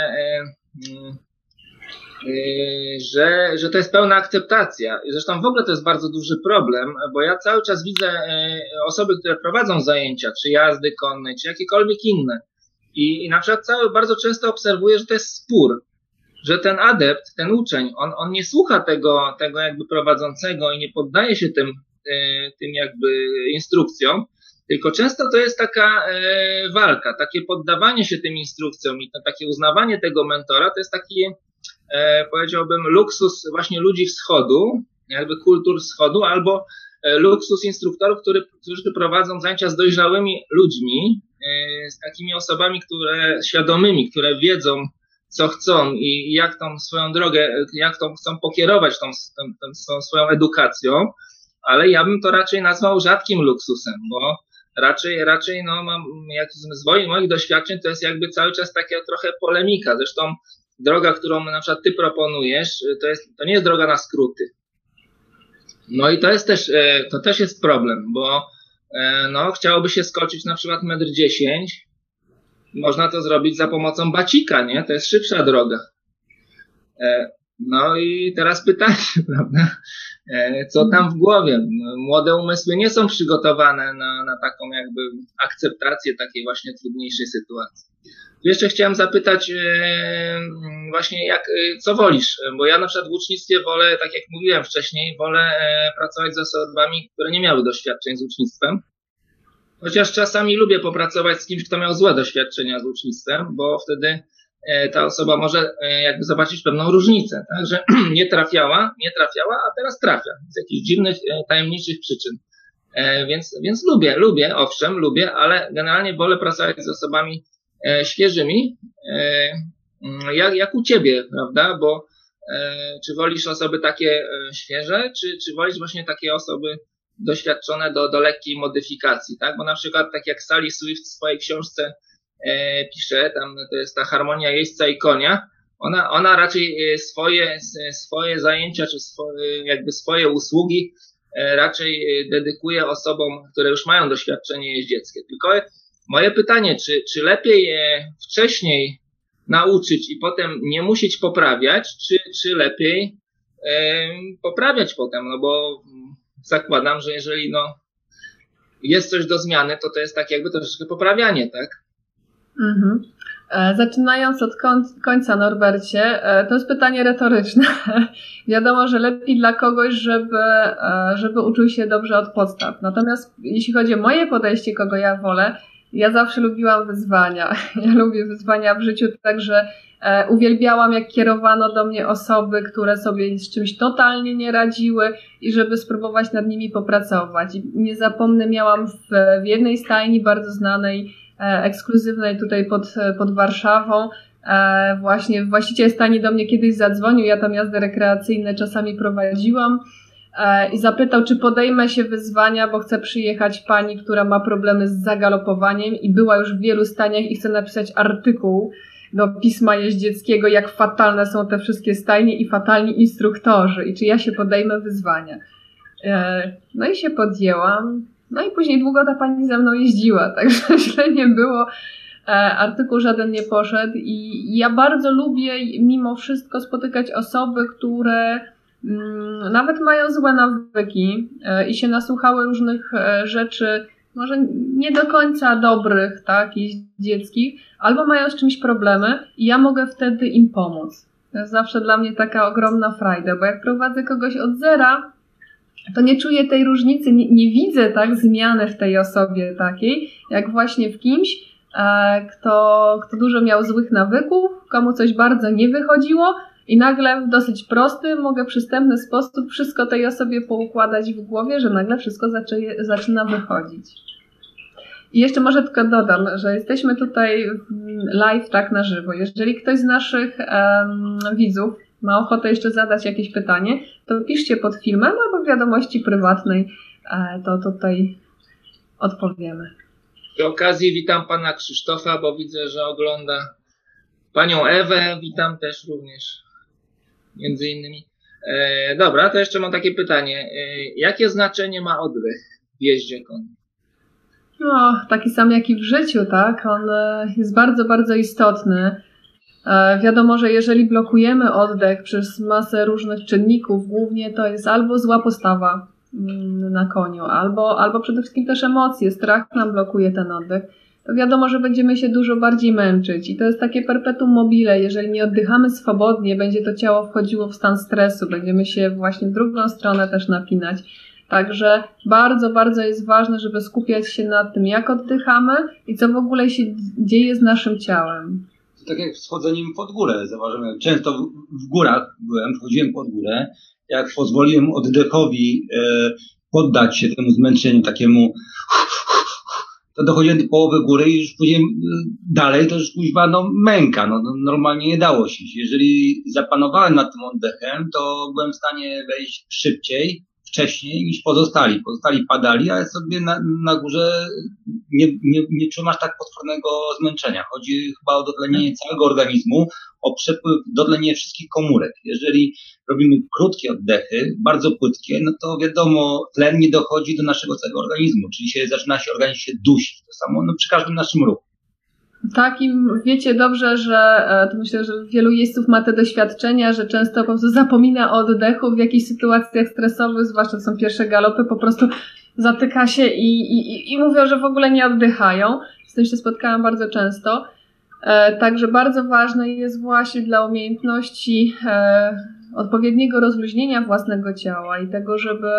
że to jest pełna akceptacja. Zresztą w ogóle to jest bardzo duży problem, bo ja cały czas widzę osoby, które prowadzą zajęcia, czy jazdy konnej, czy jakiekolwiek inne. I na przykład bardzo często obserwuję, że to jest spór, że ten adept, ten uczeń, on nie słucha tego jakby prowadzącego i nie poddaje się tym jakby instrukcjom, tylko często to jest taka walka, takie poddawanie się tym instrukcjom i takie uznawanie tego mentora, to jest taki, powiedziałbym, luksus właśnie ludzi wschodu, jakby kultur wschodu, albo luksus instruktorów, którzy prowadzą zajęcia z dojrzałymi ludźmi, z takimi osobami, świadomymi, które wiedzą, co chcą i jak tą swoją drogę, jak tą chcą pokierować tą swoją edukacją, ale ja bym to raczej nazwał rzadkim luksusem, bo raczej no mam, jak z moich doświadczeń, to jest jakby cały czas taka trochę polemika. Zresztą droga, którą na przykład ty proponujesz, to nie jest droga na skróty. No i to też jest problem, bo no chciałoby się skoczyć na przykład 1,10 m, można to zrobić za pomocą bacika, nie? To jest szybsza droga. No i teraz pytanie, prawda? Co tam w głowie? Młode umysły nie są przygotowane na taką jakby akceptację takiej właśnie trudniejszej sytuacji. Tu jeszcze chciałem zapytać właśnie co wolisz? Bo ja na przykład w ucznictwie wolę, tak jak mówiłem wcześniej, wolę pracować z osobami, które nie miały doświadczeń z ucznictwem. Chociaż czasami lubię popracować z kimś, kto miał złe doświadczenia z ucznictwem, bo wtedy ta osoba może jakby zobaczyć pewną różnicę, tak? Że nie trafiała, a teraz trafia z jakichś dziwnych, tajemniczych przyczyn. Więc lubię, ale generalnie wolę pracować z osobami świeżymi, jak u ciebie, prawda? Bo czy wolisz osoby takie świeże, czy wolisz właśnie takie osoby doświadczone do lekkiej modyfikacji, tak? Bo na przykład tak jak Sally Swift w swojej książce pisze, tam to jest ta harmonia jeźdźca i konia, ona raczej swoje zajęcia, czy swoje usługi raczej dedykuje osobom, które już mają doświadczenie jeździeckie. Tylko moje pytanie, czy lepiej wcześniej nauczyć i potem nie musieć poprawiać, czy lepiej poprawiać potem, no bo zakładam, że jeżeli jest coś do zmiany, to jest tak jakby troszeczkę poprawianie, tak? Mhm. Zaczynając od końca, Norbercie, to jest pytanie retoryczne. Wiadomo, że lepiej dla kogoś, żeby uczył się dobrze od podstaw. Natomiast jeśli chodzi o moje podejście, kogo ja wolę, ja zawsze lubiłam wyzwania. Ja lubię wyzwania w życiu, także uwielbiałam, jak kierowano do mnie osoby, które sobie z czymś totalnie nie radziły i żeby spróbować nad nimi popracować. I nie zapomnę, miałam w jednej stajni bardzo znanej, ekskluzywnej tutaj pod Warszawą, właśnie właściciel stajni do mnie kiedyś zadzwonił, ja tam jazdy rekreacyjne czasami prowadziłam i zapytał, czy podejmę się wyzwania, bo chce przyjechać pani, która ma problemy z zagalopowaniem i była już w wielu stajniach i chce napisać artykuł do pisma jeździeckiego, jak fatalne są te wszystkie stajnie i fatalni instruktorzy i czy ja się podejmę wyzwania. No i się podjęłam. No i później długo ta pani ze mną jeździła, także źle nie było. Artykuł żaden nie poszedł i ja bardzo lubię mimo wszystko spotykać osoby, które nawet mają złe nawyki i się nasłuchały różnych rzeczy, może nie do końca dobrych, tak, jeździeckich, albo mają z czymś problemy i ja mogę wtedy im pomóc. To jest zawsze dla mnie taka ogromna frajda, bo jak prowadzę kogoś od zera, to nie czuję tej różnicy, nie widzę tak zmiany w tej osobie takiej, jak właśnie w kimś, kto dużo miał złych nawyków, komu coś bardzo nie wychodziło I nagle w dosyć prosty, mogę przystępny sposób wszystko tej osobie poukładać w głowie, że nagle wszystko zaczyna wychodzić. I jeszcze może tylko dodam, że jesteśmy tutaj live tak na żywo. Jeżeli ktoś z naszych widzów ma ochotę jeszcze zadać jakieś pytanie, to piszcie pod filmem albo w wiadomości prywatnej, to tutaj odpowiemy. Przy okazji witam pana Krzysztofa, bo widzę, że ogląda panią Ewę. Witam też również, między innymi. Dobra, to jeszcze mam takie pytanie. Jakie znaczenie ma oddech w jeździe konnej? No, taki sam jak i w życiu, tak? On jest bardzo, bardzo istotny. Wiadomo, że jeżeli blokujemy oddech przez masę różnych czynników, głównie to jest albo zła postawa na koniu, albo przede wszystkim też emocje, strach nam blokuje ten oddech, to wiadomo, że będziemy się dużo bardziej męczyć i to jest takie perpetuum mobile. Jeżeli nie oddychamy swobodnie, będzie to ciało wchodziło w stan stresu, będziemy się właśnie w drugą stronę też napinać. Także bardzo, bardzo jest ważne, żeby skupiać się na tym, jak oddychamy i co w ogóle się dzieje z naszym ciałem. To tak jak z chodzeniem pod górę. Zauważyłem, często w górach wchodziłem pod górę. Jak pozwoliłem oddechowi poddać się temu zmęczeniu takiemu, to dochodziłem do połowy góry i już później dalej to już kuźwa męka. Normalnie nie dało się. Jeżeli zapanowałem nad tym oddechem, to byłem w stanie wejść szybciej, wcześniej niż pozostali. Pozostali padali, ale sobie na górze nie czułem aż tak potwornego zmęczenia. Chodzi chyba o dotlenienie całego organizmu, o przepływ, dotlenienie wszystkich komórek. Jeżeli robimy krótkie oddechy, bardzo płytkie, no to wiadomo, tlen nie dochodzi do naszego całego organizmu, czyli zaczyna się organizm się dusić. To samo przy każdym naszym ruchu. Tak, i wiecie dobrze, że to myślę, że wielu jeźdźców ma te doświadczenia, że często po prostu zapomina o oddechu w jakichś sytuacjach stresowych, zwłaszcza to są pierwsze galopy, po prostu zatyka się i mówią, że w ogóle nie oddychają. Z tym się spotkałam bardzo często. Także bardzo ważne jest właśnie dla umiejętności odpowiedniego rozluźnienia własnego ciała i tego,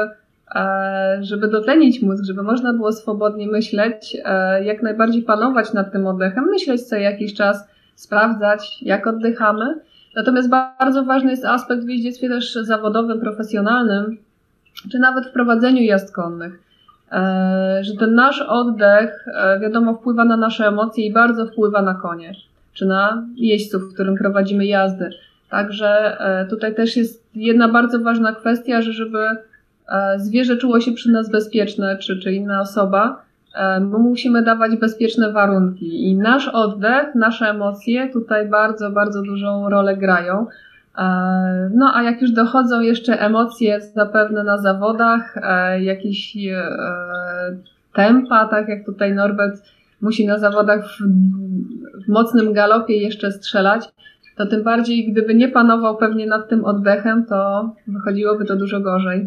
żeby dotlenić mózg, żeby można było swobodnie myśleć, jak najbardziej panować nad tym oddechem, myśleć co jakiś czas, sprawdzać, jak oddychamy. Natomiast bardzo ważny jest aspekt w jeździectwie też zawodowym, profesjonalnym, czy nawet w prowadzeniu jazd konnych, że ten nasz oddech, wiadomo, wpływa na nasze emocje i bardzo wpływa na konie, czy na jeźdźców, w którym prowadzimy jazdy. Także tutaj też jest jedna bardzo ważna kwestia, że żeby zwierzę czuło się przy nas bezpieczne, czy inna osoba, my musimy dawać bezpieczne warunki i nasz oddech, nasze emocje tutaj bardzo, bardzo dużą rolę grają. No a jak już dochodzą jeszcze emocje zapewne na zawodach, jakieś tempa, tak jak tutaj Norbert musi na zawodach w mocnym galopie jeszcze strzelać, to tym bardziej gdyby nie panował pewnie nad tym oddechem, to wychodziłoby to dużo gorzej.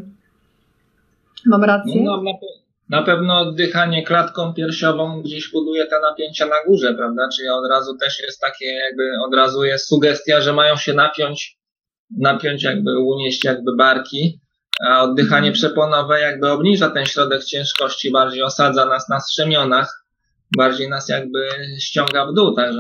Mam rację? No, na pewno oddychanie klatką piersiową gdzieś buduje te napięcia na górze, prawda? Czyli od razu też jest takie, jakby od razu jest sugestia, że mają się napiąć jakby unieść jakby barki, a oddychanie przeponowe jakby obniża ten środek ciężkości, bardziej osadza nas na strzemionach, bardziej nas jakby ściąga w dół, także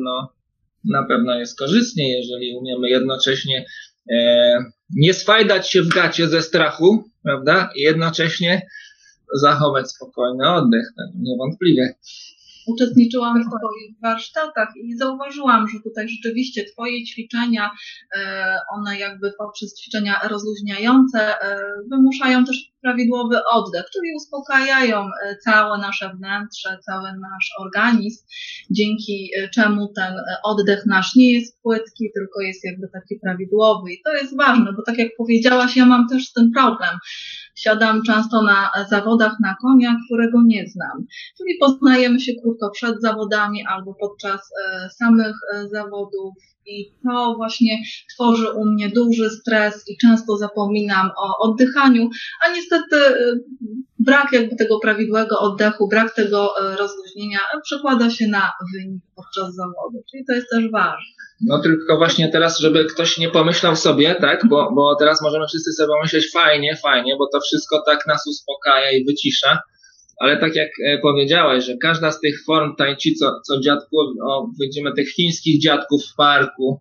na pewno jest korzystnie, jeżeli umiemy jednocześnie nie swajdać się w gacie ze strachu, prawda? I jednocześnie zachować spokojny oddech, tak, niewątpliwie. Uczestniczyłam w Twoich warsztatach i zauważyłam, że tutaj rzeczywiście Twoje ćwiczenia, one jakby poprzez ćwiczenia rozluźniające wymuszają też prawidłowy oddech, czyli uspokajają całe nasze wnętrze, cały nasz organizm, dzięki czemu ten oddech nasz nie jest płytki, tylko jest jakby taki prawidłowy i to jest ważne, bo tak jak powiedziałaś, ja mam też z tym problem. Siadam często na zawodach na konia, którego nie znam. Czyli poznajemy się krótko przed zawodami albo podczas samych zawodów i to właśnie tworzy u mnie duży stres i często zapominam o oddychaniu, a niestety brak jakby tego prawidłowego oddechu, brak tego rozluźnienia przekłada się na wynik podczas zawodu, czyli to jest też ważne. No tylko właśnie teraz, żeby ktoś nie pomyślał sobie, tak, bo teraz możemy wszyscy sobie pomyśleć fajnie, bo to wszystko tak nas uspokaja i wycisza, ale tak jak powiedziałaś, że każda z tych form tai chi, co dziadków, widzimy tych chińskich dziadków w parku,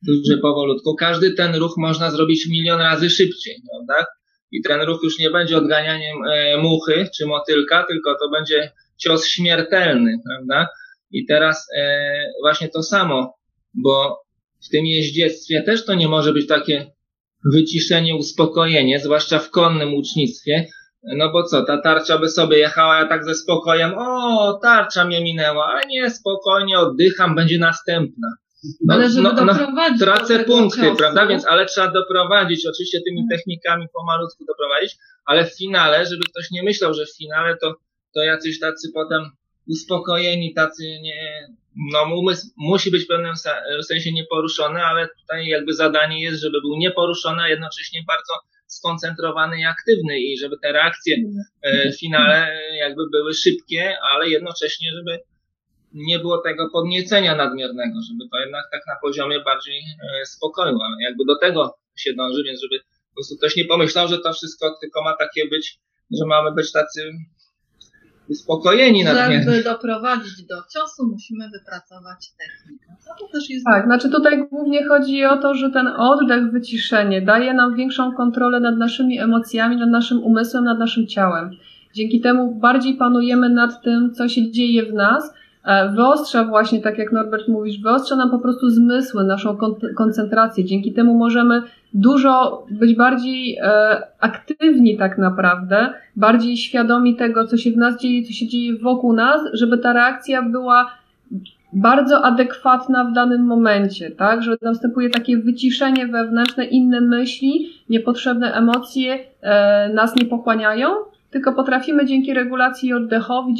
którzy powolutku, każdy ten ruch można zrobić milion razy szybciej, prawda? I ten ruch już nie będzie odganianiem muchy czy motylka, tylko to będzie cios śmiertelny, prawda? I teraz właśnie to samo, bo w tym jeździectwie też to nie może być takie wyciszenie, uspokojenie, zwłaszcza w konnym łucznictwie, no bo co, ta tarcza by sobie jechała, ja tak ze spokojem, o, tarcza mnie minęła, a nie, spokojnie oddycham, będzie następna. No, ale żeby doprowadzić tracę do punkty, ciosu, prawda? Więc, ale trzeba doprowadzić, oczywiście tymi technikami pomalutku doprowadzić, ale w finale, żeby ktoś nie myślał, że w finale to jacyś tacy potem uspokojeni, tacy nie, no umysł musi być w pewnym sensie nieporuszony, ale tutaj jakby zadanie jest, żeby był nieporuszony, a jednocześnie bardzo skoncentrowany i aktywny i żeby te reakcje w finale jakby były szybkie, ale jednocześnie, żeby nie było tego podniecenia nadmiernego, żeby to jednak tak na poziomie bardziej spokoju, ale jakby do tego się dąży, więc żeby po prostu ktoś nie pomyślał, że to wszystko tylko ma takie być, że mamy być tacy uspokojeni nadmiernie. Żeby doprowadzić do ciosu, musimy wypracować technikę. No to też jest... Tak, znaczy tutaj głównie chodzi o to, że ten oddech, wyciszenie daje nam większą kontrolę nad naszymi emocjami, nad naszym umysłem, nad naszym ciałem. Dzięki temu bardziej panujemy nad tym, co się dzieje w nas, wyostrza właśnie, tak jak Norbert mówisz, wyostrza nam po prostu zmysły, naszą koncentrację. Dzięki temu możemy być bardziej aktywni tak naprawdę, bardziej świadomi tego, co się w nas dzieje, co się dzieje wokół nas, żeby ta reakcja była bardzo adekwatna w danym momencie, tak? Że następuje takie wyciszenie wewnętrzne, inne myśli, niepotrzebne emocje nas nie pochłaniają, tylko potrafimy dzięki regulacji oddechowi,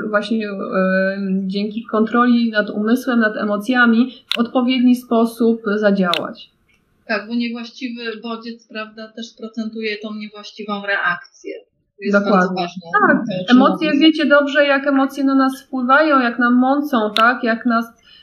dzięki kontroli nad umysłem, nad emocjami w odpowiedni sposób zadziałać. Tak, bo niewłaściwy bodziec, prawda, też procentuje tą niewłaściwą reakcję. Jest dokładnie. Tak, emocje, wiecie dobrze, jak emocje na nas wpływają, jak nam mącą, tak, jak nas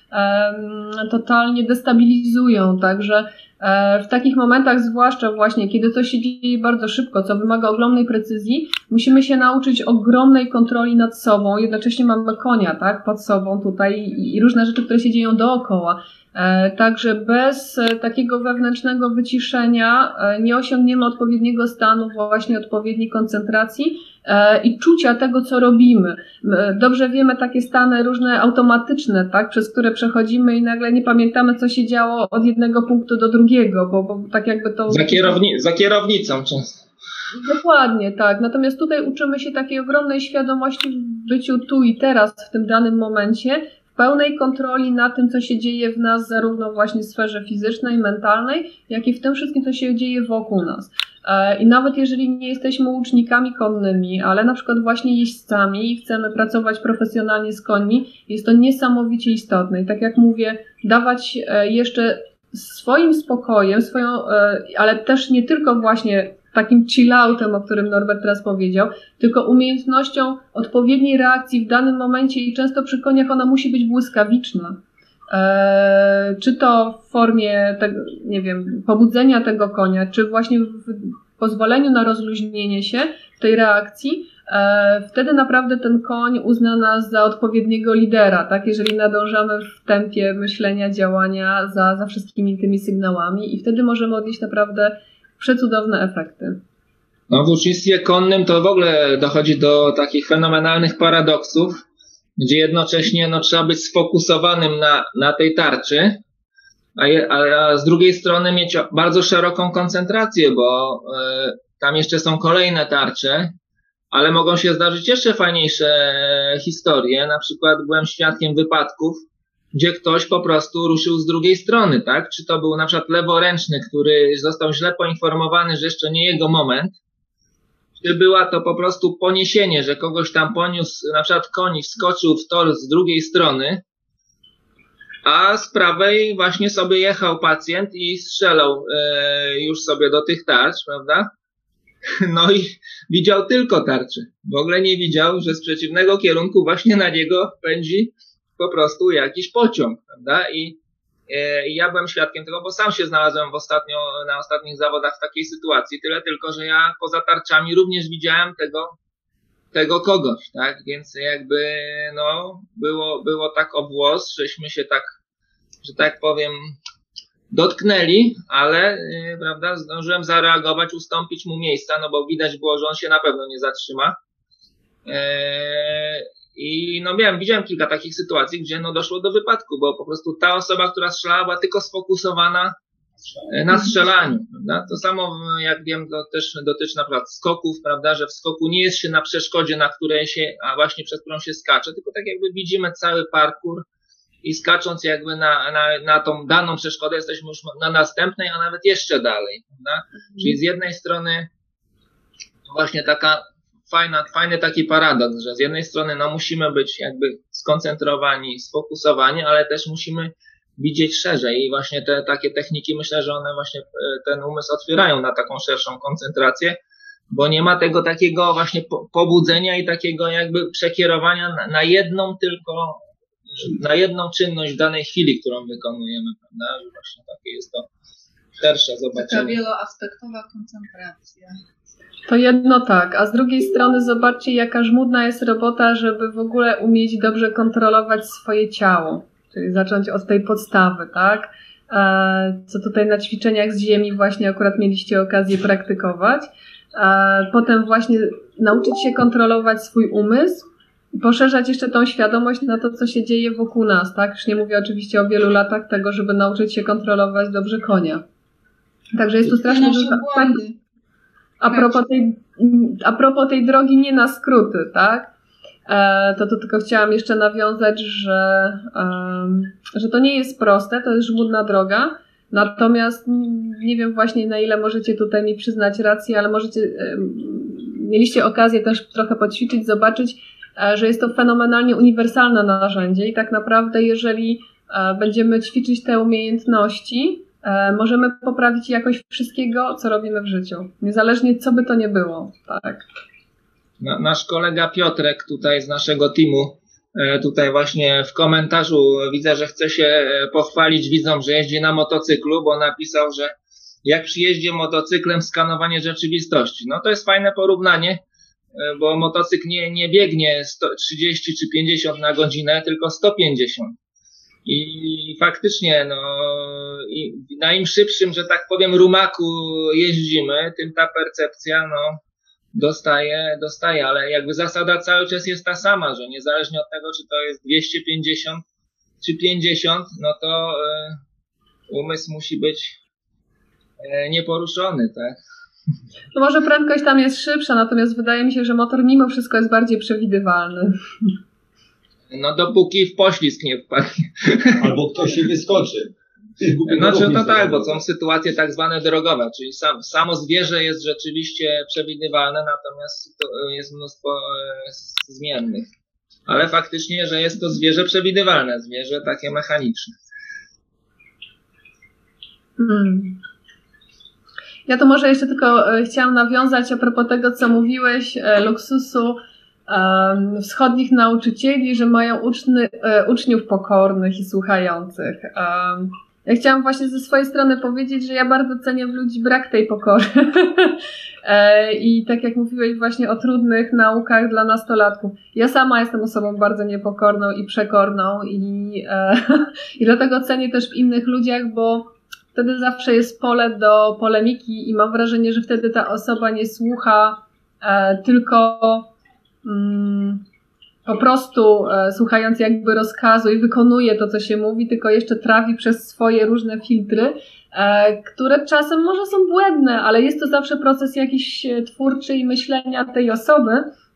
totalnie destabilizują, także w takich momentach, zwłaszcza właśnie, kiedy coś się dzieje bardzo szybko, co wymaga ogromnej precyzji, musimy się nauczyć ogromnej kontroli nad sobą, jednocześnie mamy konia, tak, pod sobą tutaj i różne rzeczy, które się dzieją dookoła. Także bez takiego wewnętrznego wyciszenia nie osiągniemy odpowiedniego stanu, właśnie odpowiedniej koncentracji i czucia tego, co robimy. Dobrze wiemy takie stany różne automatyczne, tak, przez które przechodzimy i nagle nie pamiętamy, co się działo od jednego punktu do drugiego, bo tak jakby to... Za kierownicą często. Dokładnie, tak. Natomiast tutaj uczymy się takiej ogromnej świadomości w byciu tu i teraz, w tym danym momencie, pełnej kontroli na tym, co się dzieje w nas, zarówno właśnie w sferze fizycznej, mentalnej, jak i w tym wszystkim, co się dzieje wokół nas. I nawet jeżeli nie jesteśmy łucznikami konnymi, ale na przykład właśnie jeźdźcami i chcemy pracować profesjonalnie z końmi, jest to niesamowicie istotne. I tak jak mówię, dawać jeszcze swoim spokojem, ale też nie tylko właśnie takim chilloutem, o którym Norbert teraz powiedział, tylko umiejętnością odpowiedniej reakcji w danym momencie i często przy koniach ona musi być błyskawiczna. Czy to w formie tego, nie wiem, pobudzenia tego konia, czy właśnie w pozwoleniu na rozluźnienie się tej reakcji, wtedy naprawdę ten koń uzna nas za odpowiedniego lidera, tak? Jeżeli nadążamy w tempie myślenia, działania za wszystkimi tymi sygnałami i wtedy możemy odnieść naprawdę przecudowne efekty. No, w łucznictwie konnym to w ogóle dochodzi do takich fenomenalnych paradoksów, gdzie jednocześnie trzeba być sfokusowanym na tej tarczy, a z drugiej strony mieć bardzo szeroką koncentrację, bo tam jeszcze są kolejne tarcze, ale mogą się zdarzyć jeszcze fajniejsze historie. Na przykład byłem świadkiem wypadków, gdzie ktoś po prostu ruszył z drugiej strony, tak? Czy to był na przykład leworęczny, który został źle poinformowany, że jeszcze nie jego moment, czy była to po prostu poniesienie, że kogoś tam poniósł, na przykład koń wskoczył w tor z drugiej strony, a z prawej właśnie sobie jechał pacjent i strzelał już sobie do tych tarcz, prawda? No i widział tylko tarczę. W ogóle nie widział, że z przeciwnego kierunku właśnie na niego pędzi po prostu jakiś pociąg, prawda? I ja byłem świadkiem tego, bo sam się znalazłem na ostatnich zawodach w takiej sytuacji. Tyle tylko, że ja poza tarczami również widziałem tego kogoś, tak? Więc jakby było tak o włos, żeśmy się tak, że tak powiem, dotknęli, ale prawda, zdążyłem zareagować, ustąpić mu miejsca, no bo widać było, że on się na pewno nie zatrzyma. I no widziałem kilka takich sytuacji, gdzie no doszło do wypadku, bo po prostu ta osoba, która strzelała, była tylko sfokusowana na strzelaniu, prawda? To samo, jak wiem, to też dotyczy na przykład skoków, prawda, że w skoku nie jest się na przeszkodzie, na której się, a właśnie przez którą się skacze, tylko tak jakby widzimy cały parkour i skacząc jakby na tą daną przeszkodę jesteśmy już na następnej, a nawet jeszcze dalej, prawda? Czyli z jednej strony właśnie taka fajny taki paradoks, że z jednej strony no musimy być jakby skoncentrowani, sfokusowani, ale też musimy widzieć szerzej i właśnie te takie techniki, myślę, że one właśnie ten umysł otwierają na taką szerszą koncentrację, bo nie ma tego takiego właśnie pobudzenia i takiego jakby przekierowania na jedną czynność w danej chwili, którą wykonujemy, prawda? Że właśnie takie jest to szersze zobaczenie. Taka wieloaspektowa koncentracja. To jedno tak, a z drugiej strony zobaczcie, jaka żmudna jest robota, żeby w ogóle umieć dobrze kontrolować swoje ciało. Czyli zacząć od tej podstawy, tak? Co tutaj na ćwiczeniach z ziemi właśnie akurat mieliście okazję praktykować. Potem właśnie nauczyć się kontrolować swój umysł i poszerzać jeszcze tą świadomość na to, co się dzieje wokół nas, tak? Już nie mówię oczywiście o wielu latach tego, żeby nauczyć się kontrolować dobrze konia. Także jest tu strasznie dużo. A propos tej drogi nie na skróty, tak? To tylko chciałam jeszcze nawiązać, że to nie jest proste, to jest żmudna droga, natomiast nie wiem właśnie na ile możecie tutaj mi przyznać rację, ale mieliście okazję też trochę poćwiczyć, zobaczyć, że jest to fenomenalnie uniwersalne narzędzie i tak naprawdę jeżeli będziemy ćwiczyć te umiejętności, możemy poprawić jakość wszystkiego, co robimy w życiu, niezależnie co by to nie było, tak. Nasz kolega Piotrek tutaj z naszego teamu, tutaj właśnie w komentarzu widzę, że chce się pochwalić widzom, że jeździ na motocyklu, bo napisał, że jak przy jeździe motocyklem skanowanie rzeczywistości. No to jest fajne porównanie, bo motocykl nie biegnie 30 czy 50 na godzinę, tylko 150. I faktycznie, na im szybszym, że tak powiem, rumaku jeździmy, tym ta percepcja, dostaje, ale jakby zasada cały czas jest ta sama, że niezależnie od tego, czy to jest 250 czy 50, no to umysł musi być nieporuszony, tak? No może prędkość tam jest szybsza, natomiast wydaje mi się, że motor mimo wszystko jest bardziej przewidywalny. No dopóki w poślizg nie wpadnie. Albo ktoś nie wyskoczy. Znaczy to tak, bo są sytuacje tak zwane drogowe, czyli samo zwierzę jest rzeczywiście przewidywalne, natomiast jest mnóstwo zmiennych. Ale faktycznie, że jest to zwierzę przewidywalne, zwierzę takie mechaniczne. Ja to może jeszcze tylko chciałam nawiązać a propos tego, co mówiłeś, luksusu wschodnich nauczycieli, że mają uczniów pokornych i słuchających. Ja chciałam właśnie ze swojej strony powiedzieć, że ja bardzo cenię w ludzi brak tej pokory. I tak jak mówiłeś właśnie o trudnych naukach dla nastolatków. Ja sama jestem osobą bardzo niepokorną i przekorną i dlatego cenię też w innych ludziach, bo wtedy zawsze jest pole do polemiki i mam wrażenie, że wtedy ta osoba nie słucha tylko po prostu słuchając jakby rozkazu i wykonuje to, co się mówi, tylko jeszcze trafi przez swoje różne filtry, które czasem może są błędne, ale jest to zawsze proces jakiś twórczy i myślenia tej osoby.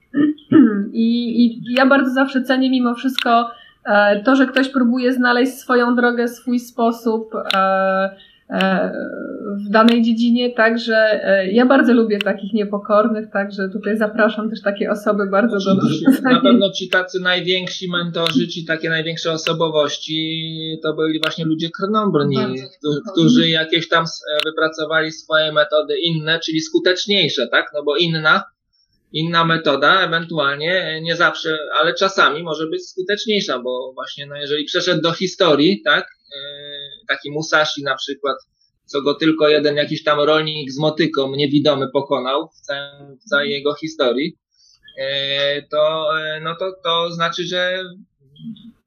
I ja bardzo zawsze cenię mimo wszystko to, że ktoś próbuje znaleźć swoją drogę, swój sposób w danej dziedzinie, także ja bardzo lubię takich niepokornych, także tutaj zapraszam też takie osoby bardzo do nas. Na pewno ci tacy najwięksi mentorzy, ci takie największe osobowości, to byli właśnie ludzie krnąbrni, którzy jakieś tam wypracowali swoje metody inne, czyli skuteczniejsze, tak? No bo inna metoda ewentualnie nie zawsze, ale czasami może być skuteczniejsza, bo właśnie jeżeli przeszedł do historii, tak? Taki Musashi na przykład, co go tylko jeden jakiś tam rolnik z motyką niewidomy pokonał w całej jego historii, to znaczy, że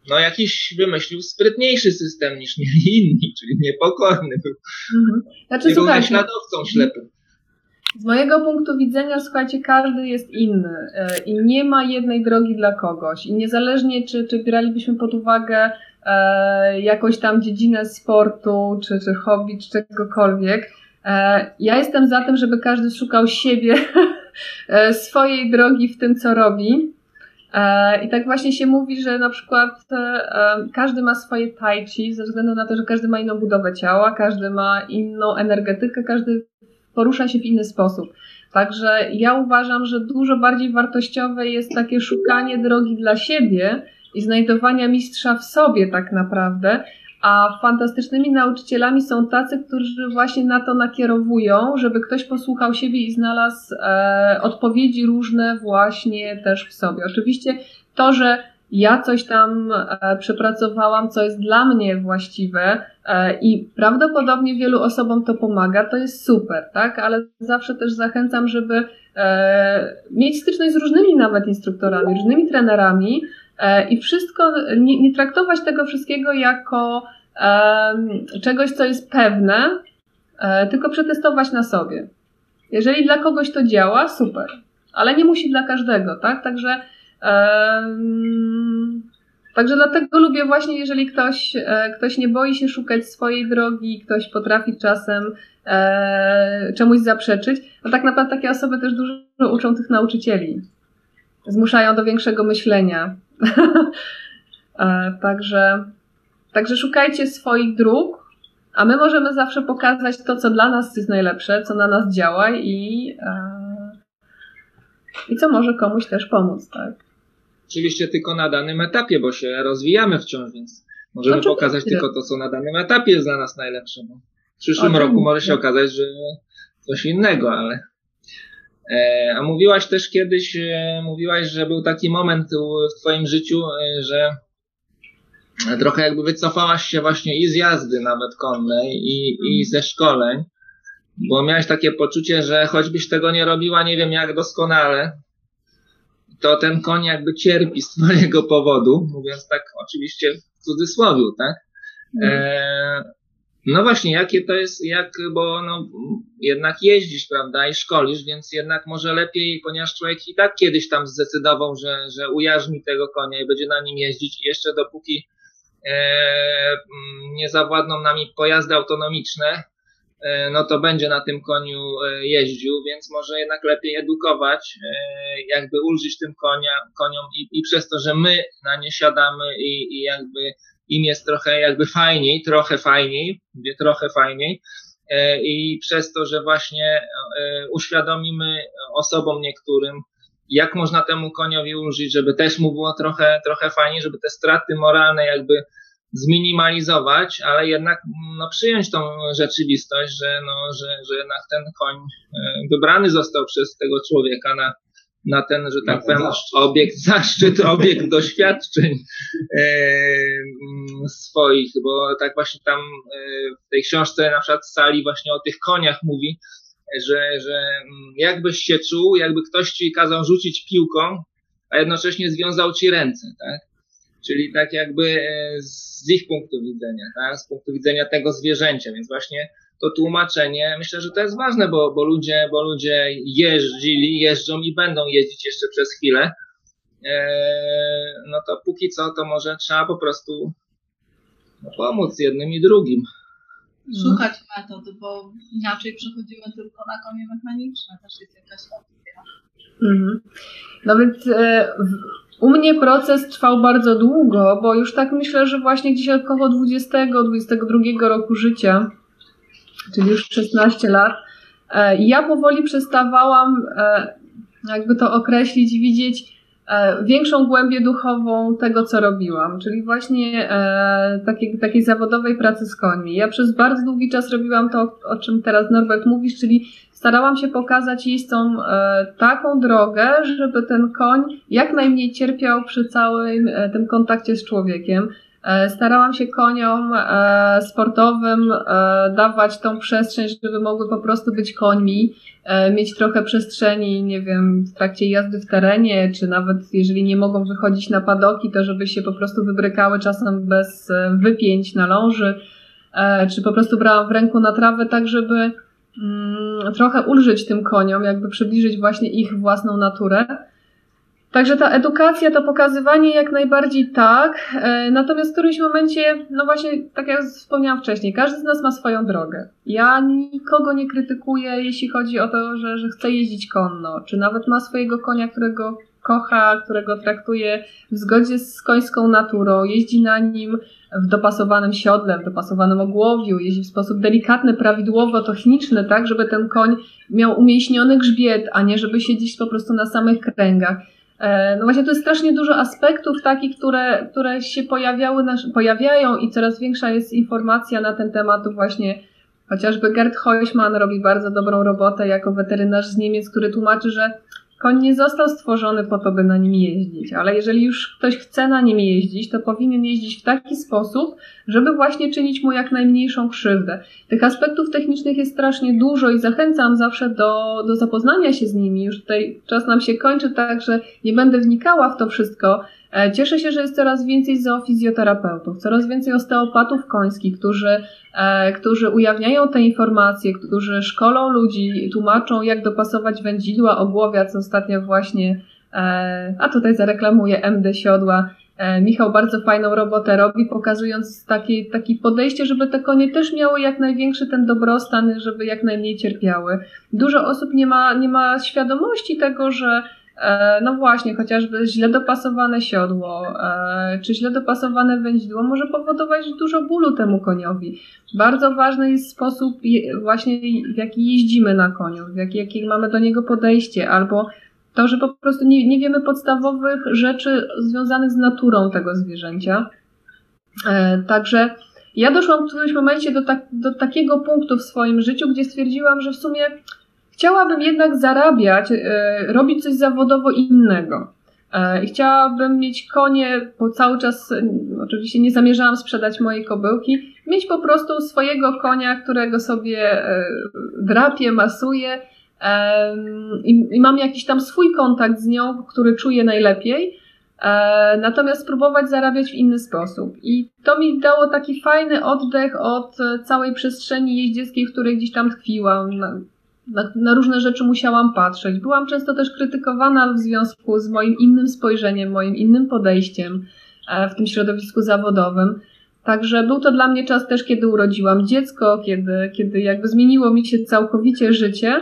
no jakiś wymyślił sprytniejszy system niż mieli inni, czyli niepokorny był. Znaczy, nie był naśladowcą ślepym. Z mojego punktu widzenia, słuchajcie, każdy jest inny i nie ma jednej drogi dla kogoś. I niezależnie, czy bralibyśmy pod uwagę jakąś tam dziedzinę sportu, czy hobby, czy czegokolwiek, ja jestem za tym, żeby każdy szukał siebie, swojej drogi w tym, co robi. I tak właśnie się mówi, że na przykład każdy ma swoje tai chi, ze względu na to, że każdy ma inną budowę ciała, każdy ma inną energetykę, każdy porusza się w inny sposób. Także ja uważam, że dużo bardziej wartościowe jest takie szukanie drogi dla siebie i znajdowania mistrza w sobie tak naprawdę, a fantastycznymi nauczycielami są tacy, którzy właśnie na to nakierowują, żeby ktoś posłuchał siebie i znalazł odpowiedzi różne właśnie też w sobie. Oczywiście to, że ja coś tam przepracowałam, co jest dla mnie właściwe i prawdopodobnie wielu osobom to pomaga, to jest super, tak? Ale zawsze też zachęcam, żeby mieć styczność z różnymi nawet instruktorami, różnymi trenerami i wszystko, nie traktować tego wszystkiego jako czegoś, co jest pewne, tylko przetestować na sobie. Jeżeli dla kogoś to działa, super, ale nie musi dla każdego, tak? Także dlatego lubię właśnie, jeżeli ktoś nie boi się szukać swojej drogi, ktoś potrafi czasem czemuś zaprzeczyć, no tak naprawdę takie osoby też dużo uczą tych nauczycieli. Zmuszają do większego myślenia. Także szukajcie swoich dróg, a my możemy zawsze pokazać to, co dla nas jest najlepsze, co na nas działa i co może komuś też pomóc, tak? Oczywiście tylko na danym etapie, bo się rozwijamy wciąż, więc możemy pokazać tylko to, co na danym etapie jest dla nas najlepsze. Bo w przyszłym roku może się okazać, że coś innego, ale... A mówiłaś też kiedyś, że był taki moment w twoim życiu, że trochę jakby wycofałaś się właśnie i z jazdy nawet konnej i ze szkoleń, bo miałaś takie poczucie, że choćbyś tego nie robiła, nie wiem jak doskonale, to ten koń jakby cierpi z twojego powodu, mówiąc tak oczywiście w cudzysłowiu, tak? No właśnie, jakie to jest, bo no, jednak jeździsz, prawda, i szkolisz, więc jednak może lepiej, ponieważ człowiek i tak kiedyś tam zdecydował, że ujarzmi tego konia i będzie na nim jeździć i jeszcze dopóki nie zawładną nami pojazdy autonomiczne, no to będzie na tym koniu jeździł, więc może jednak lepiej edukować, jakby ulżyć tym koniom i przez to, że my na nie siadamy i jakby im jest trochę fajniej i przez to, że właśnie uświadomimy osobom niektórym, jak można temu koniowi ulżyć, żeby też mu było trochę fajniej, żeby te straty moralne jakby zminimalizować, ale jednak no, przyjąć tą rzeczywistość, że jednak ten koń wybrany został przez tego człowieka na ten, że tak powiem, obiekt doświadczeń swoich, bo tak właśnie tam w tej książce na przykład Sali właśnie o tych koniach mówi, że jakbyś się czuł, jakby ktoś ci kazał rzucić piłką, a jednocześnie związał ci ręce, tak? Czyli tak jakby z ich punktu widzenia, tak? Z punktu widzenia tego zwierzęcia, więc właśnie to tłumaczenie, myślę, że to jest ważne, bo ludzie jeżdżą i będą jeździć jeszcze przez chwilę, no to póki co, to może trzeba po prostu pomóc jednym i drugim. Szukać metod, bo inaczej przechodzimy tylko na konie mechaniczne, też jest jakaś opcja. No więc u mnie proces trwał bardzo długo, bo już tak myślę, że właśnie gdzieś około 20-22 roku życia, czyli już 16 lat, ja powoli przestawałam, jakby to określić, widzieć większą głębię duchową tego, co robiłam, czyli właśnie takiej zawodowej pracy z końmi. Ja przez bardzo długi czas robiłam to, o czym teraz Norbert mówisz, czyli starałam się pokazać jeźdźcom taką drogę, żeby ten koń jak najmniej cierpiał przy całym tym kontakcie z człowiekiem. Starałam się koniom sportowym dawać tą przestrzeń, żeby mogły po prostu być końmi, mieć trochę przestrzeni, nie wiem, w trakcie jazdy w terenie, czy nawet jeżeli nie mogą wychodzić na padoki, to żeby się po prostu wybrykały czasem bez wypięć na ląży, czy po prostu brałam w ręku na trawę, tak żeby trochę ulżyć tym koniom, jakby przybliżyć właśnie ich własną naturę. Także ta edukacja, to pokazywanie jak najbardziej tak, natomiast w którymś momencie, no właśnie, tak jak wspomniałam wcześniej, każdy z nas ma swoją drogę. Ja nikogo nie krytykuję, jeśli chodzi o to, że chce jeździć konno, czy nawet ma swojego konia, którego kocha, którego traktuje w zgodzie z końską naturą, jeździ na nim w dopasowanym siodle, w dopasowanym ogłowiu, jeździ w sposób delikatny, prawidłowo, techniczny, tak, żeby ten koń miał umięśniony grzbiet, a nie żeby siedzieć po prostu na samych kręgach. No właśnie to jest strasznie dużo aspektów takich, które się pojawiają i coraz większa jest informacja na ten temat. Właśnie chociażby Gerd Heuchmann robi bardzo dobrą robotę jako weterynarz z Niemiec, który tłumaczy, że koń nie został stworzony po to, by na nim jeździć, ale jeżeli już ktoś chce na nim jeździć, to powinien jeździć w taki sposób, żeby właśnie czynić mu jak najmniejszą krzywdę. Tych aspektów technicznych jest strasznie dużo i zachęcam zawsze do zapoznania się z nimi. Już tutaj czas nam się kończy, także nie będę wnikała w to wszystko. Cieszę się, że jest coraz więcej zoofizjoterapeutów, coraz więcej osteopatów końskich, którzy ujawniają te informacje, którzy szkolą ludzi, tłumaczą, jak dopasować wędzidła, ogłowia, co ostatnio właśnie, a tutaj zareklamuję MD Siodła. Michał bardzo fajną robotę robi, pokazując takie podejście, żeby te konie też miały jak największy ten dobrostan, żeby jak najmniej cierpiały. Dużo osób nie ma świadomości tego, że no właśnie, chociażby źle dopasowane siodło, czy źle dopasowane wędzidło może powodować dużo bólu temu koniowi. Bardzo ważny jest sposób właśnie, w jaki jeździmy na koniu, jakie mamy do niego podejście, albo to, że po prostu nie wiemy podstawowych rzeczy związanych z naturą tego zwierzęcia. Także ja doszłam w którymś momencie do takiego punktu w swoim życiu, gdzie stwierdziłam, że w sumie chciałabym jednak zarabiać, robić coś zawodowo innego. I chciałabym mieć konie, bo cały czas, oczywiście nie zamierzałam sprzedać mojej kobyłki, mieć po prostu swojego konia, którego sobie drapię, masuję i mam jakiś tam swój kontakt z nią, który czuję najlepiej, natomiast spróbować zarabiać w inny sposób. I to mi dało taki fajny oddech od całej przestrzeni jeździeckiej, w której gdzieś tam tkwiłam. Na różne rzeczy musiałam patrzeć. Byłam często też krytykowana w związku z moim innym spojrzeniem, moim innym podejściem w tym środowisku zawodowym. Także był to dla mnie czas też, kiedy urodziłam dziecko, kiedy jakby zmieniło mi się całkowicie życie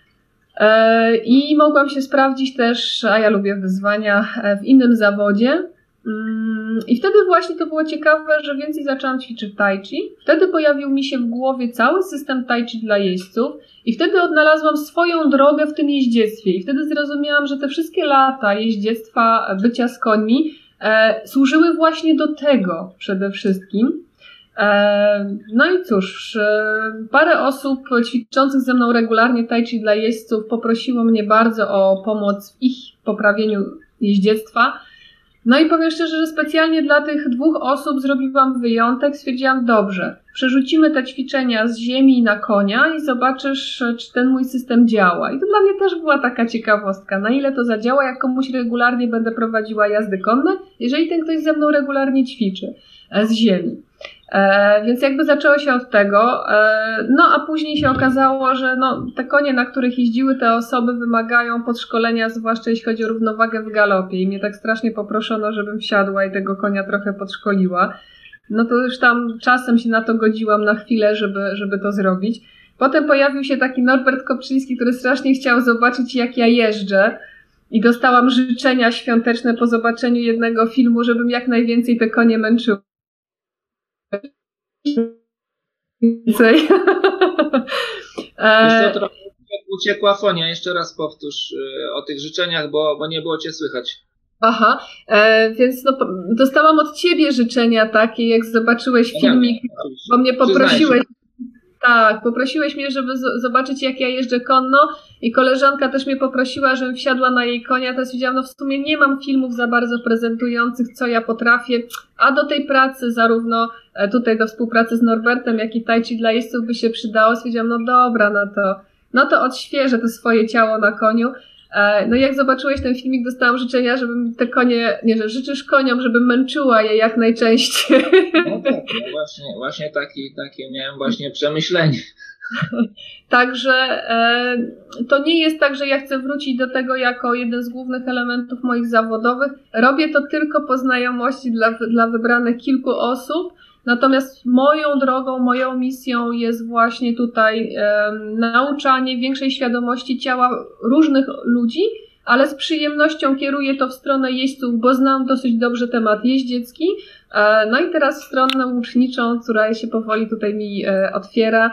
i mogłam się sprawdzić też, a ja lubię wyzwania, w innym zawodzie. I wtedy właśnie to było ciekawe, że więcej zaczęłam ćwiczyć tai chi. Wtedy pojawił mi się w głowie cały system tai chi dla jeźdźców i wtedy odnalazłam swoją drogę w tym jeździectwie. I wtedy zrozumiałam, że te wszystkie lata jeździectwa, bycia z końmi służyły właśnie do tego przede wszystkim. No i cóż, parę osób ćwiczących ze mną regularnie tai chi dla jeźdźców poprosiło mnie bardzo o pomoc w ich poprawieniu jeździectwa. No i powiem szczerze, że specjalnie dla tych 2 osób zrobiłam wyjątek. Stwierdziłam, dobrze, przerzucimy te ćwiczenia z ziemi na konia i zobaczysz, czy ten mój system działa. I to dla mnie też była taka ciekawostka, na ile to zadziała, jak komuś regularnie będę prowadziła jazdy konne, jeżeli ten ktoś ze mną regularnie ćwiczy z ziemi. Więc jakby zaczęło się od tego, no a później się okazało, że no, te konie, na których jeździły te osoby, wymagają podszkolenia, zwłaszcza jeśli chodzi o równowagę w galopie i mnie tak strasznie poproszono, żebym wsiadła i tego konia trochę podszkoliła. No to już tam czasem się na to godziłam na chwilę, żeby to zrobić. Potem pojawił się taki Norbert Kopczyński, który strasznie chciał zobaczyć, jak ja jeżdżę. I dostałam życzenia świąteczne po zobaczeniu jednego filmu, żebym jak najwięcej te konie męczyła. Wiesz co, trochę uciekła fonia. Jeszcze raz powtórz o tych życzeniach, bo nie było cię słychać. Aha, więc no, dostałam od ciebie życzenia takie, jak zobaczyłeś filmik, bo mnie poprosiłeś. Tak, poprosiłeś mnie, żeby zobaczyć, jak ja jeżdżę konno i koleżanka też mnie poprosiła, żebym wsiadła na jej konia. Teraz widziałam, no w sumie nie mam filmów za bardzo prezentujących, co ja potrafię, a do tej pracy zarówno tutaj do współpracy z Norbertem, jak i tai chi dla jeźdźców by się przydało. Stwierdziłam, no dobra, no to odświeżę to swoje ciało na koniu. No i jak zobaczyłeś ten filmik, dostałam życzenia, żebym te konie, nie, że życzysz koniom, żebym męczyła je jak najczęściej. No tak, no właśnie takie miałem właśnie przemyślenie. Także to nie jest tak, że ja chcę wrócić do tego jako jeden z głównych elementów moich zawodowych. Robię to tylko po znajomości dla wybranych kilku osób. Natomiast moją drogą, moją misją jest właśnie tutaj nauczanie większej świadomości ciała różnych ludzi, ale z przyjemnością kieruję to w stronę jeźdźców, bo znam dosyć dobrze temat jeździecki. No i teraz w stronę łuczniczą, która się powoli tutaj mi otwiera.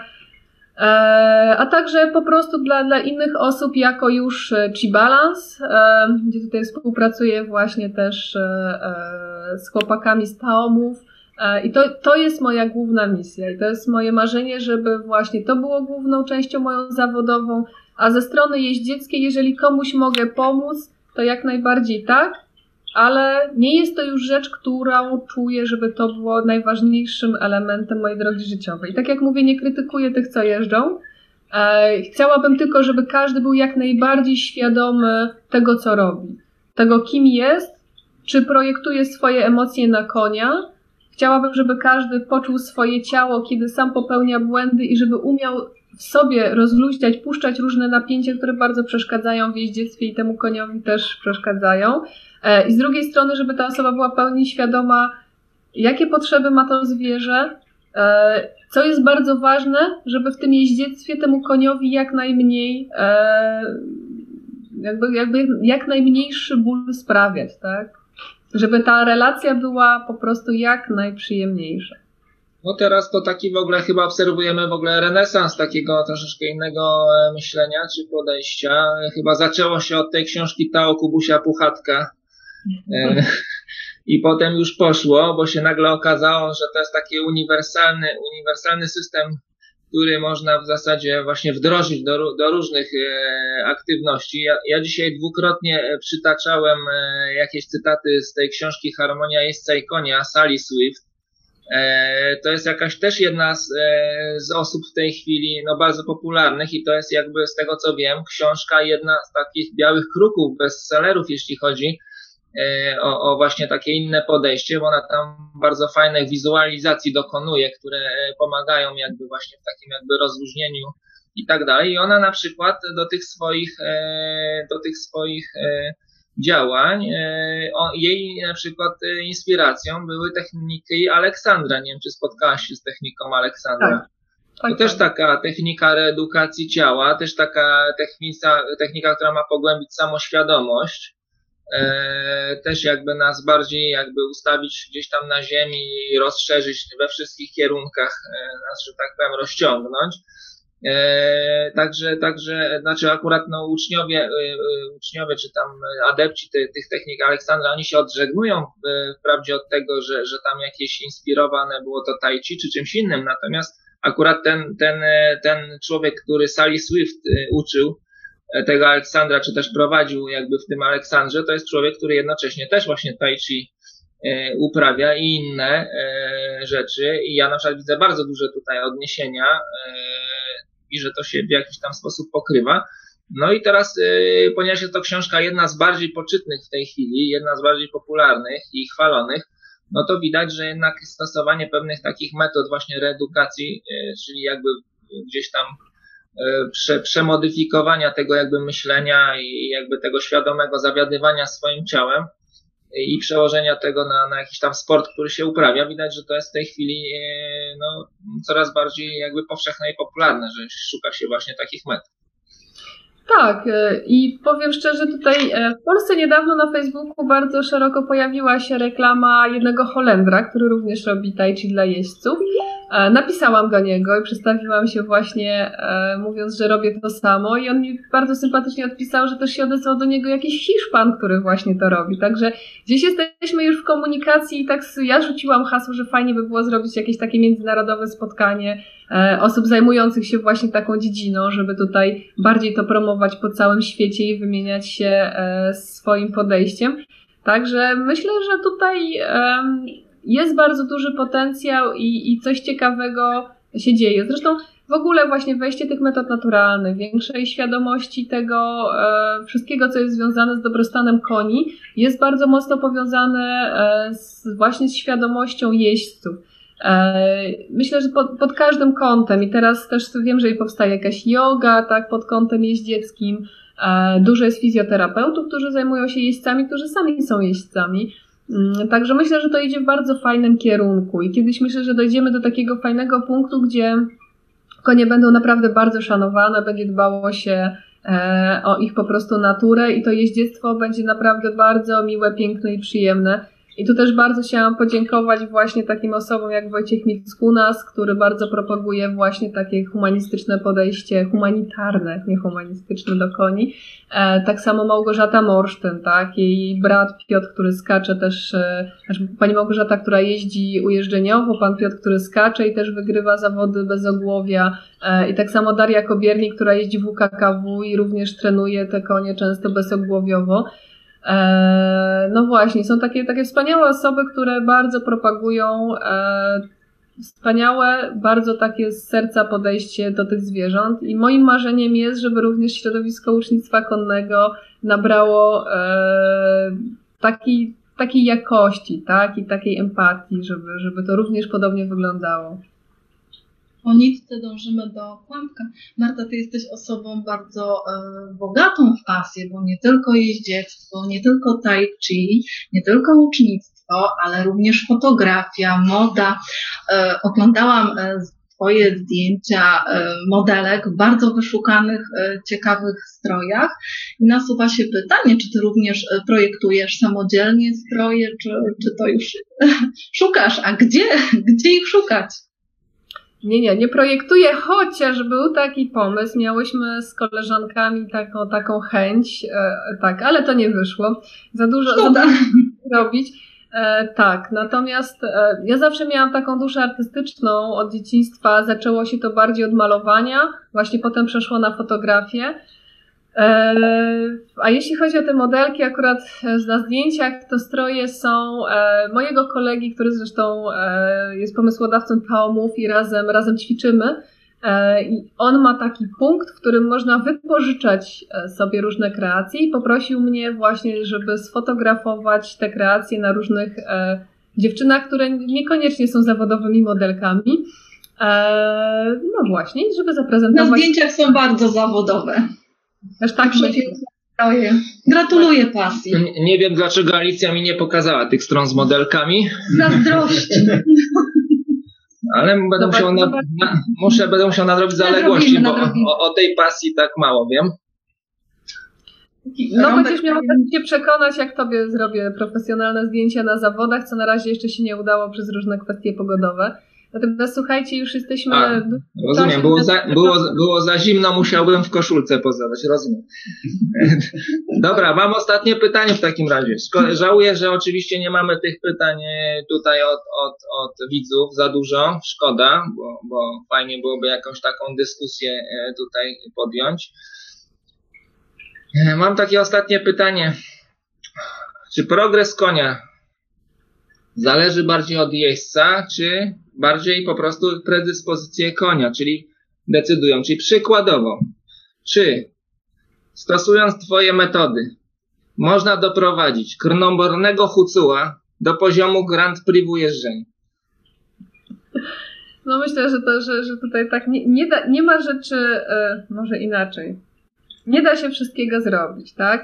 A także po prostu dla innych osób jako już Chi Balance, gdzie tutaj współpracuję właśnie też z chłopakami z Taomów. I to jest moja główna misja i to jest moje marzenie, żeby właśnie to było główną częścią moją zawodową, a ze strony jeździeckiej, jeżeli komuś mogę pomóc, to jak najbardziej tak, ale nie jest to już rzecz, którą czuję, żeby to było najważniejszym elementem mojej drogi życiowej. I tak jak mówię, nie krytykuję tych, co jeżdżą. Chciałabym tylko, żeby każdy był jak najbardziej świadomy tego, co robi, tego, kim jest, czy projektuje swoje emocje na konia. Chciałabym, żeby każdy poczuł swoje ciało, kiedy sam popełnia błędy i żeby umiał w sobie rozluźniać, puszczać różne napięcia, które bardzo przeszkadzają w jeździectwie i temu koniowi też przeszkadzają. I z drugiej strony, żeby ta osoba była pełni świadoma, jakie potrzeby ma to zwierzę, co jest bardzo ważne, żeby w tym jeździectwie temu koniowi jak najmniej, jak najmniejszy ból sprawiać, tak? Żeby ta relacja była po prostu jak najprzyjemniejsza. No teraz to taki w ogóle chyba obserwujemy w ogóle renesans takiego troszeczkę innego myślenia czy podejścia. Chyba zaczęło się od tej książki Tao Kubusia Puchatka i potem już poszło, bo się nagle okazało, że to jest taki uniwersalny system, który można w zasadzie właśnie wdrożyć do różnych aktywności. Ja dzisiaj dwukrotnie przytaczałem jakieś cytaty z tej książki Harmonia jeźdźca i konia Sally Swift. To jest jakaś też jedna z osób w tej chwili bardzo popularnych i to jest jakby z tego co wiem książka jedna z takich białych kruków bestsellerów, jeśli chodzi o właśnie takie inne podejście, bo ona tam bardzo fajnych wizualizacji dokonuje, które pomagają jakby właśnie w takim jakby rozluźnieniu i tak dalej. I ona na przykład do tych swoich działań, jej na przykład inspiracją były techniki Aleksandra. Nie wiem, czy spotkałaś się z techniką Aleksandra. Tak. To też taka technika reedukacji ciała, też taka technika, która ma pogłębić samoświadomość. Też jakby nas bardziej jakby ustawić gdzieś tam na ziemi i rozszerzyć we wszystkich kierunkach, nas, że tak powiem, rozciągnąć. Także znaczy akurat uczniowie czy tam adepci tych technik Aleksandra, oni się odżegnują wprawdzie od tego, że tam jakieś inspirowane było to tai chi czy czymś innym, natomiast akurat ten człowiek, który Sally Swift uczył tego Aleksandra, czy też prowadził jakby w tym Aleksandrze, to jest człowiek, który jednocześnie też właśnie tai chi uprawia i inne rzeczy i ja na przykład widzę bardzo duże tutaj odniesienia i że to się w jakiś tam sposób pokrywa. No i teraz, ponieważ jest to książka jedna z bardziej poczytnych w tej chwili, jedna z bardziej popularnych i chwalonych, no to widać, że jednak stosowanie pewnych takich metod właśnie reedukacji, czyli jakby gdzieś tam przemodyfikowania tego jakby myślenia i jakby tego świadomego zawiadywania swoim ciałem i przełożenia tego na jakiś tam sport, który się uprawia. Widać, że to jest w tej chwili coraz bardziej jakby powszechne i popularne, że szuka się właśnie takich metod. Tak, i powiem szczerze, tutaj w Polsce niedawno na Facebooku bardzo szeroko pojawiła się reklama jednego Holendra, który również robi tai chi dla jeźdźców. Napisałam do niego i przedstawiłam się właśnie, mówiąc, że robię to samo, i on mi bardzo sympatycznie odpisał, że też się odezwał do niego jakiś Hiszpan, który właśnie to robi. Także gdzieś jesteśmy już w komunikacji i tak ja rzuciłam hasło, że fajnie by było zrobić jakieś takie międzynarodowe spotkanie osób zajmujących się właśnie taką dziedziną, żeby tutaj bardziej to promować po całym świecie i wymieniać się swoim podejściem. Także myślę, że tutaj jest bardzo duży potencjał i coś ciekawego się dzieje. Zresztą w ogóle właśnie wejście tych metod naturalnych, większej świadomości tego wszystkiego, co jest związane z dobrostanem koni, jest bardzo mocno powiązane właśnie z świadomością jeźdźców. Myślę, że pod każdym kątem, i teraz też wiem, że powstaje jakaś yoga, tak, pod kątem jeździeckim. Dużo jest fizjoterapeutów, którzy zajmują się jeźdźcami, którzy sami są jeźdźcami. Także myślę, że to idzie w bardzo fajnym kierunku i kiedyś myślę, że dojdziemy do takiego fajnego punktu, gdzie konie będą naprawdę bardzo szanowane, będzie dbało się o ich po prostu naturę i to jeździectwo będzie naprawdę bardzo miłe, piękne i przyjemne. I tu też bardzo chciałam podziękować właśnie takim osobom jak Wojciech Mickunas, który bardzo propaguje właśnie takie humanistyczne podejście, humanitarne, nie humanistyczne do koni. Tak samo Małgorzata Morsztyn, tak, jej brat Piotr, który skacze też, pani Małgorzata, która jeździ ujeżdżeniowo, pan Piotr, który skacze i też wygrywa zawody bez ogłowia, i tak samo Daria Kobiernik, która jeździ w UKKW i również trenuje te konie często bezogłowiowo. No właśnie, są takie wspaniałe osoby, które bardzo propagują wspaniałe, bardzo takie z serca podejście do tych zwierząt i moim marzeniem jest, żeby również środowisko łucznictwa konnego nabrało takiej jakości, tak, i takiej empatii, żeby to również podobnie wyglądało. Po nitce dążymy do kłębka. Marta, ty jesteś osobą bardzo bogatą w pasję, bo nie tylko jeździectwo, nie tylko tai chi, nie tylko łucznictwo, ale również fotografia, moda. Oglądałam twoje zdjęcia modelek w bardzo wyszukanych, ciekawych strojach i nasuwa się pytanie, czy ty również projektujesz samodzielnie stroje, czy to już szukasz, a gdzie ich szukać? Nie projektuję, chociaż był taki pomysł, miałyśmy z koleżankami taką chęć, tak, ale to nie wyszło, za dużo robić, tak, natomiast ja zawsze miałam taką duszę artystyczną od dzieciństwa, zaczęło się to bardziej od malowania, właśnie potem przeszło na fotografię. A jeśli chodzi o te modelki, akurat na zdjęciach to stroje są mojego kolegi, który zresztą jest pomysłodawcą Taomów i razem ćwiczymy. I on ma taki punkt, w którym można wypożyczać sobie różne kreacje i poprosił mnie właśnie, żeby sfotografować te kreacje na różnych dziewczynach, które niekoniecznie są zawodowymi modelkami. No właśnie, żeby zaprezentować. Na zdjęciach są bardzo zawodowe. Też tak myślę. Gratuluję pasji. Nie wiem, dlaczego Alicja mi nie pokazała tych stron z modelkami. Zazdrości. Ale będę musiał nadrobić zaległości, bo o tej pasji tak mało wiem. No będziesz miał okazję się przekonać, jak tobie zrobię profesjonalne zdjęcia na zawodach, co na razie jeszcze się nie udało przez różne kwestie pogodowe. Natomiast słuchajcie, już jesteśmy... Rozumiem, było za zimno, musiałbym w koszulce pozować, rozumiem. Dobra, mam ostatnie pytanie w takim razie. Żałuję, że oczywiście nie mamy tych pytań tutaj od widzów za dużo, szkoda, bo fajnie byłoby jakąś taką dyskusję tutaj podjąć. Mam takie ostatnie pytanie. Czy progres konia zależy bardziej od jeźdźca, czy bardziej po prostu predyspozycje konia, czyli decydują. Czyli przykładowo, czy stosując twoje metody można doprowadzić krnąbrnego hucuła do poziomu Grand Prix w jeżdżeniu? No myślę, że tutaj tak nie ma rzeczy, może inaczej. Nie da się wszystkiego zrobić, tak?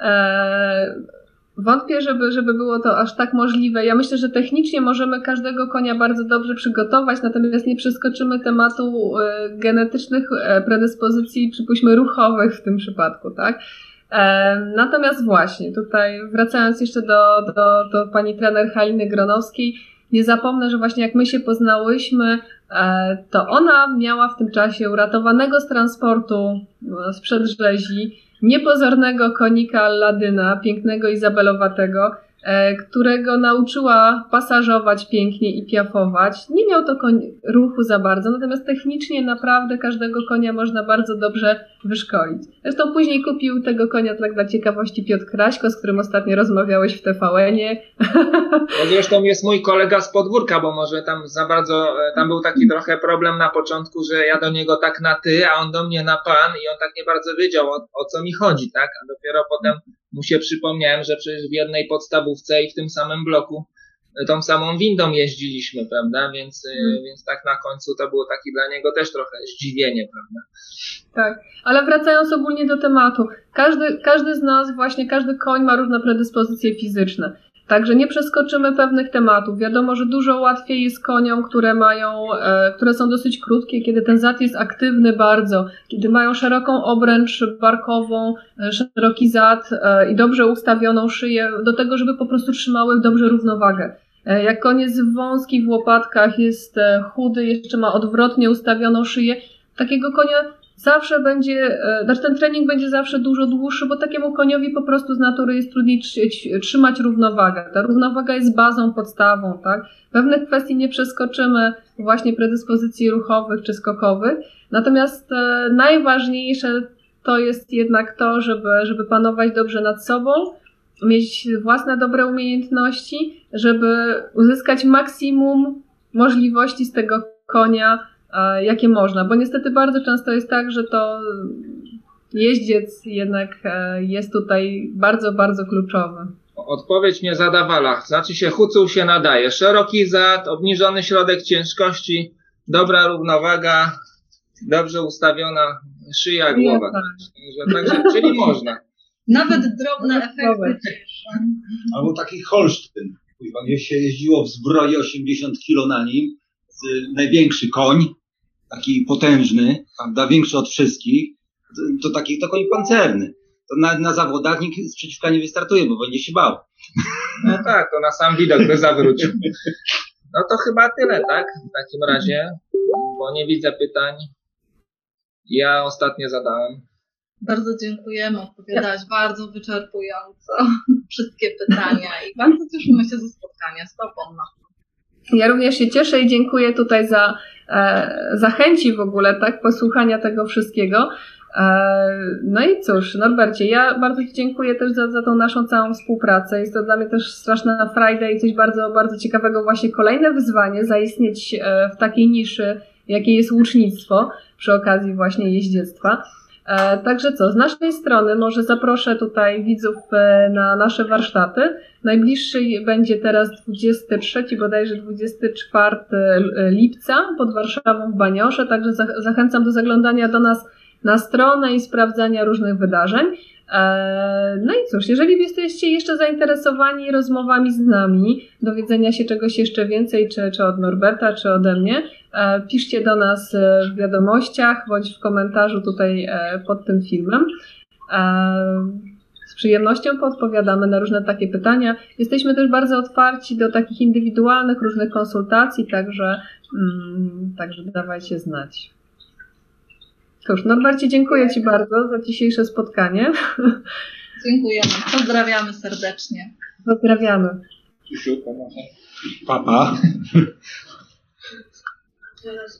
Wątpię, żeby było to aż tak możliwe. Ja myślę, że technicznie możemy każdego konia bardzo dobrze przygotować, natomiast nie przeskoczymy tematu genetycznych predyspozycji, przypuśćmy ruchowych w tym przypadku, tak? Natomiast właśnie, tutaj wracając jeszcze do pani trener Haliny Gronowskiej, nie zapomnę, że właśnie jak my się poznałyśmy, to ona miała w tym czasie uratowanego z transportu sprzed rzezi niepozornego konika Alladyna, pięknego izabelowatego, którego nauczyła pasażować pięknie i piafować. Nie miał to koń ruchu za bardzo, natomiast technicznie naprawdę każdego konia można bardzo dobrze wyszkolić. Zresztą później kupił tego konia tak dla ciekawości Piotr Kraśko, z którym ostatnio rozmawiałeś w TVN-ie. No zresztą jest mój kolega z podwórka, bo może tam za bardzo, tam był taki trochę problem na początku, że ja do niego tak na ty, a on do mnie na pan i on tak nie bardzo wiedział o co mi chodzi, tak? A dopiero potem mu się przypomniałem, że przecież w jednej podstawówce i w tym samym bloku tą samą windą jeździliśmy, prawda? Więc tak na końcu to było taki dla niego też trochę zdziwienie, prawda? Tak, ale wracając ogólnie do tematu, każdy z nas, właśnie każdy koń ma różne predyspozycje fizyczne. Także nie przeskoczymy pewnych tematów. Wiadomo, że dużo łatwiej jest koniom, które są dosyć krótkie, kiedy ten zad jest aktywny bardzo, kiedy mają szeroką obręcz barkową, szeroki zad i dobrze ustawioną szyję do tego, żeby po prostu trzymały dobrze równowagę. Jak koń jest wąski w łopatkach, jest chudy, jeszcze ma odwrotnie ustawioną szyję, takiego konia zawsze ten trening będzie zawsze dużo dłuższy, bo takiemu koniowi po prostu z natury jest trudniej trzymać równowagę. Ta równowaga jest bazą, podstawą, tak? Pewnych kwestii nie przeskoczymy, właśnie predyspozycji ruchowych czy skokowych, natomiast najważniejsze to jest jednak to, żeby panować dobrze nad sobą, mieć własne dobre umiejętności, żeby uzyskać maksimum możliwości z tego konia, jakie można, bo niestety bardzo często jest tak, że to jeździec jednak jest tutaj bardzo, bardzo kluczowy. Odpowiedź mnie zadawala, znaczy się hucuł się nadaje, szeroki zad, obniżony środek ciężkości, dobra równowaga, dobrze ustawiona szyja, głowa. Także, czyli można. Nawet drobne efekty cieszą. Albo taki Holsztyn, gdzie się jeździło w zbroi 80 kg na nim, największy koń, taki potężny, prawda, większy od wszystkich, to koń pancerny. To na zawodach nikt z przeciwka nie wystartuje, bo będzie się bał. No tak, to na sam widok by zawrócił. No to chyba tyle, tak? W takim razie, bo nie widzę pytań. Ja ostatnio zadałem. Bardzo dziękujemy, odpowiadałaś bardzo wyczerpująco wszystkie pytania i bardzo cieszymy się ze spotkania z Tobą. Ja również się cieszę i dziękuję tutaj za chęci w ogóle, tak, posłuchania tego wszystkiego. No i cóż, Norbercie, ja bardzo Ci dziękuję też za tą naszą całą współpracę. Jest to dla mnie też straszna frajda i coś bardzo, bardzo ciekawego, właśnie kolejne wyzwanie, zaistnieć w takiej niszy, jakiej jest łucznictwo przy okazji właśnie jeździectwa. Także co, z naszej strony może zaproszę tutaj widzów na nasze warsztaty. Najbliższy będzie teraz 23, bodajże 24 lipca pod Warszawą w Baniosze, także zachęcam do zaglądania do nas na stronę i sprawdzania różnych wydarzeń. No i cóż, jeżeli jesteście jeszcze zainteresowani rozmowami z nami, dowiedzenia się czegoś jeszcze więcej, czy od Norberta, czy ode mnie, piszcie do nas w wiadomościach, bądź w komentarzu tutaj pod tym filmem. Z przyjemnością podpowiadamy na różne takie pytania. Jesteśmy też bardzo otwarci do takich indywidualnych różnych konsultacji, także dawajcie znać. Cóż, Norbercie, dziękuję Ci bardzo za dzisiejsze spotkanie. Dziękujemy. Pozdrawiamy serdecznie. Pozdrawiamy. Pa, pa.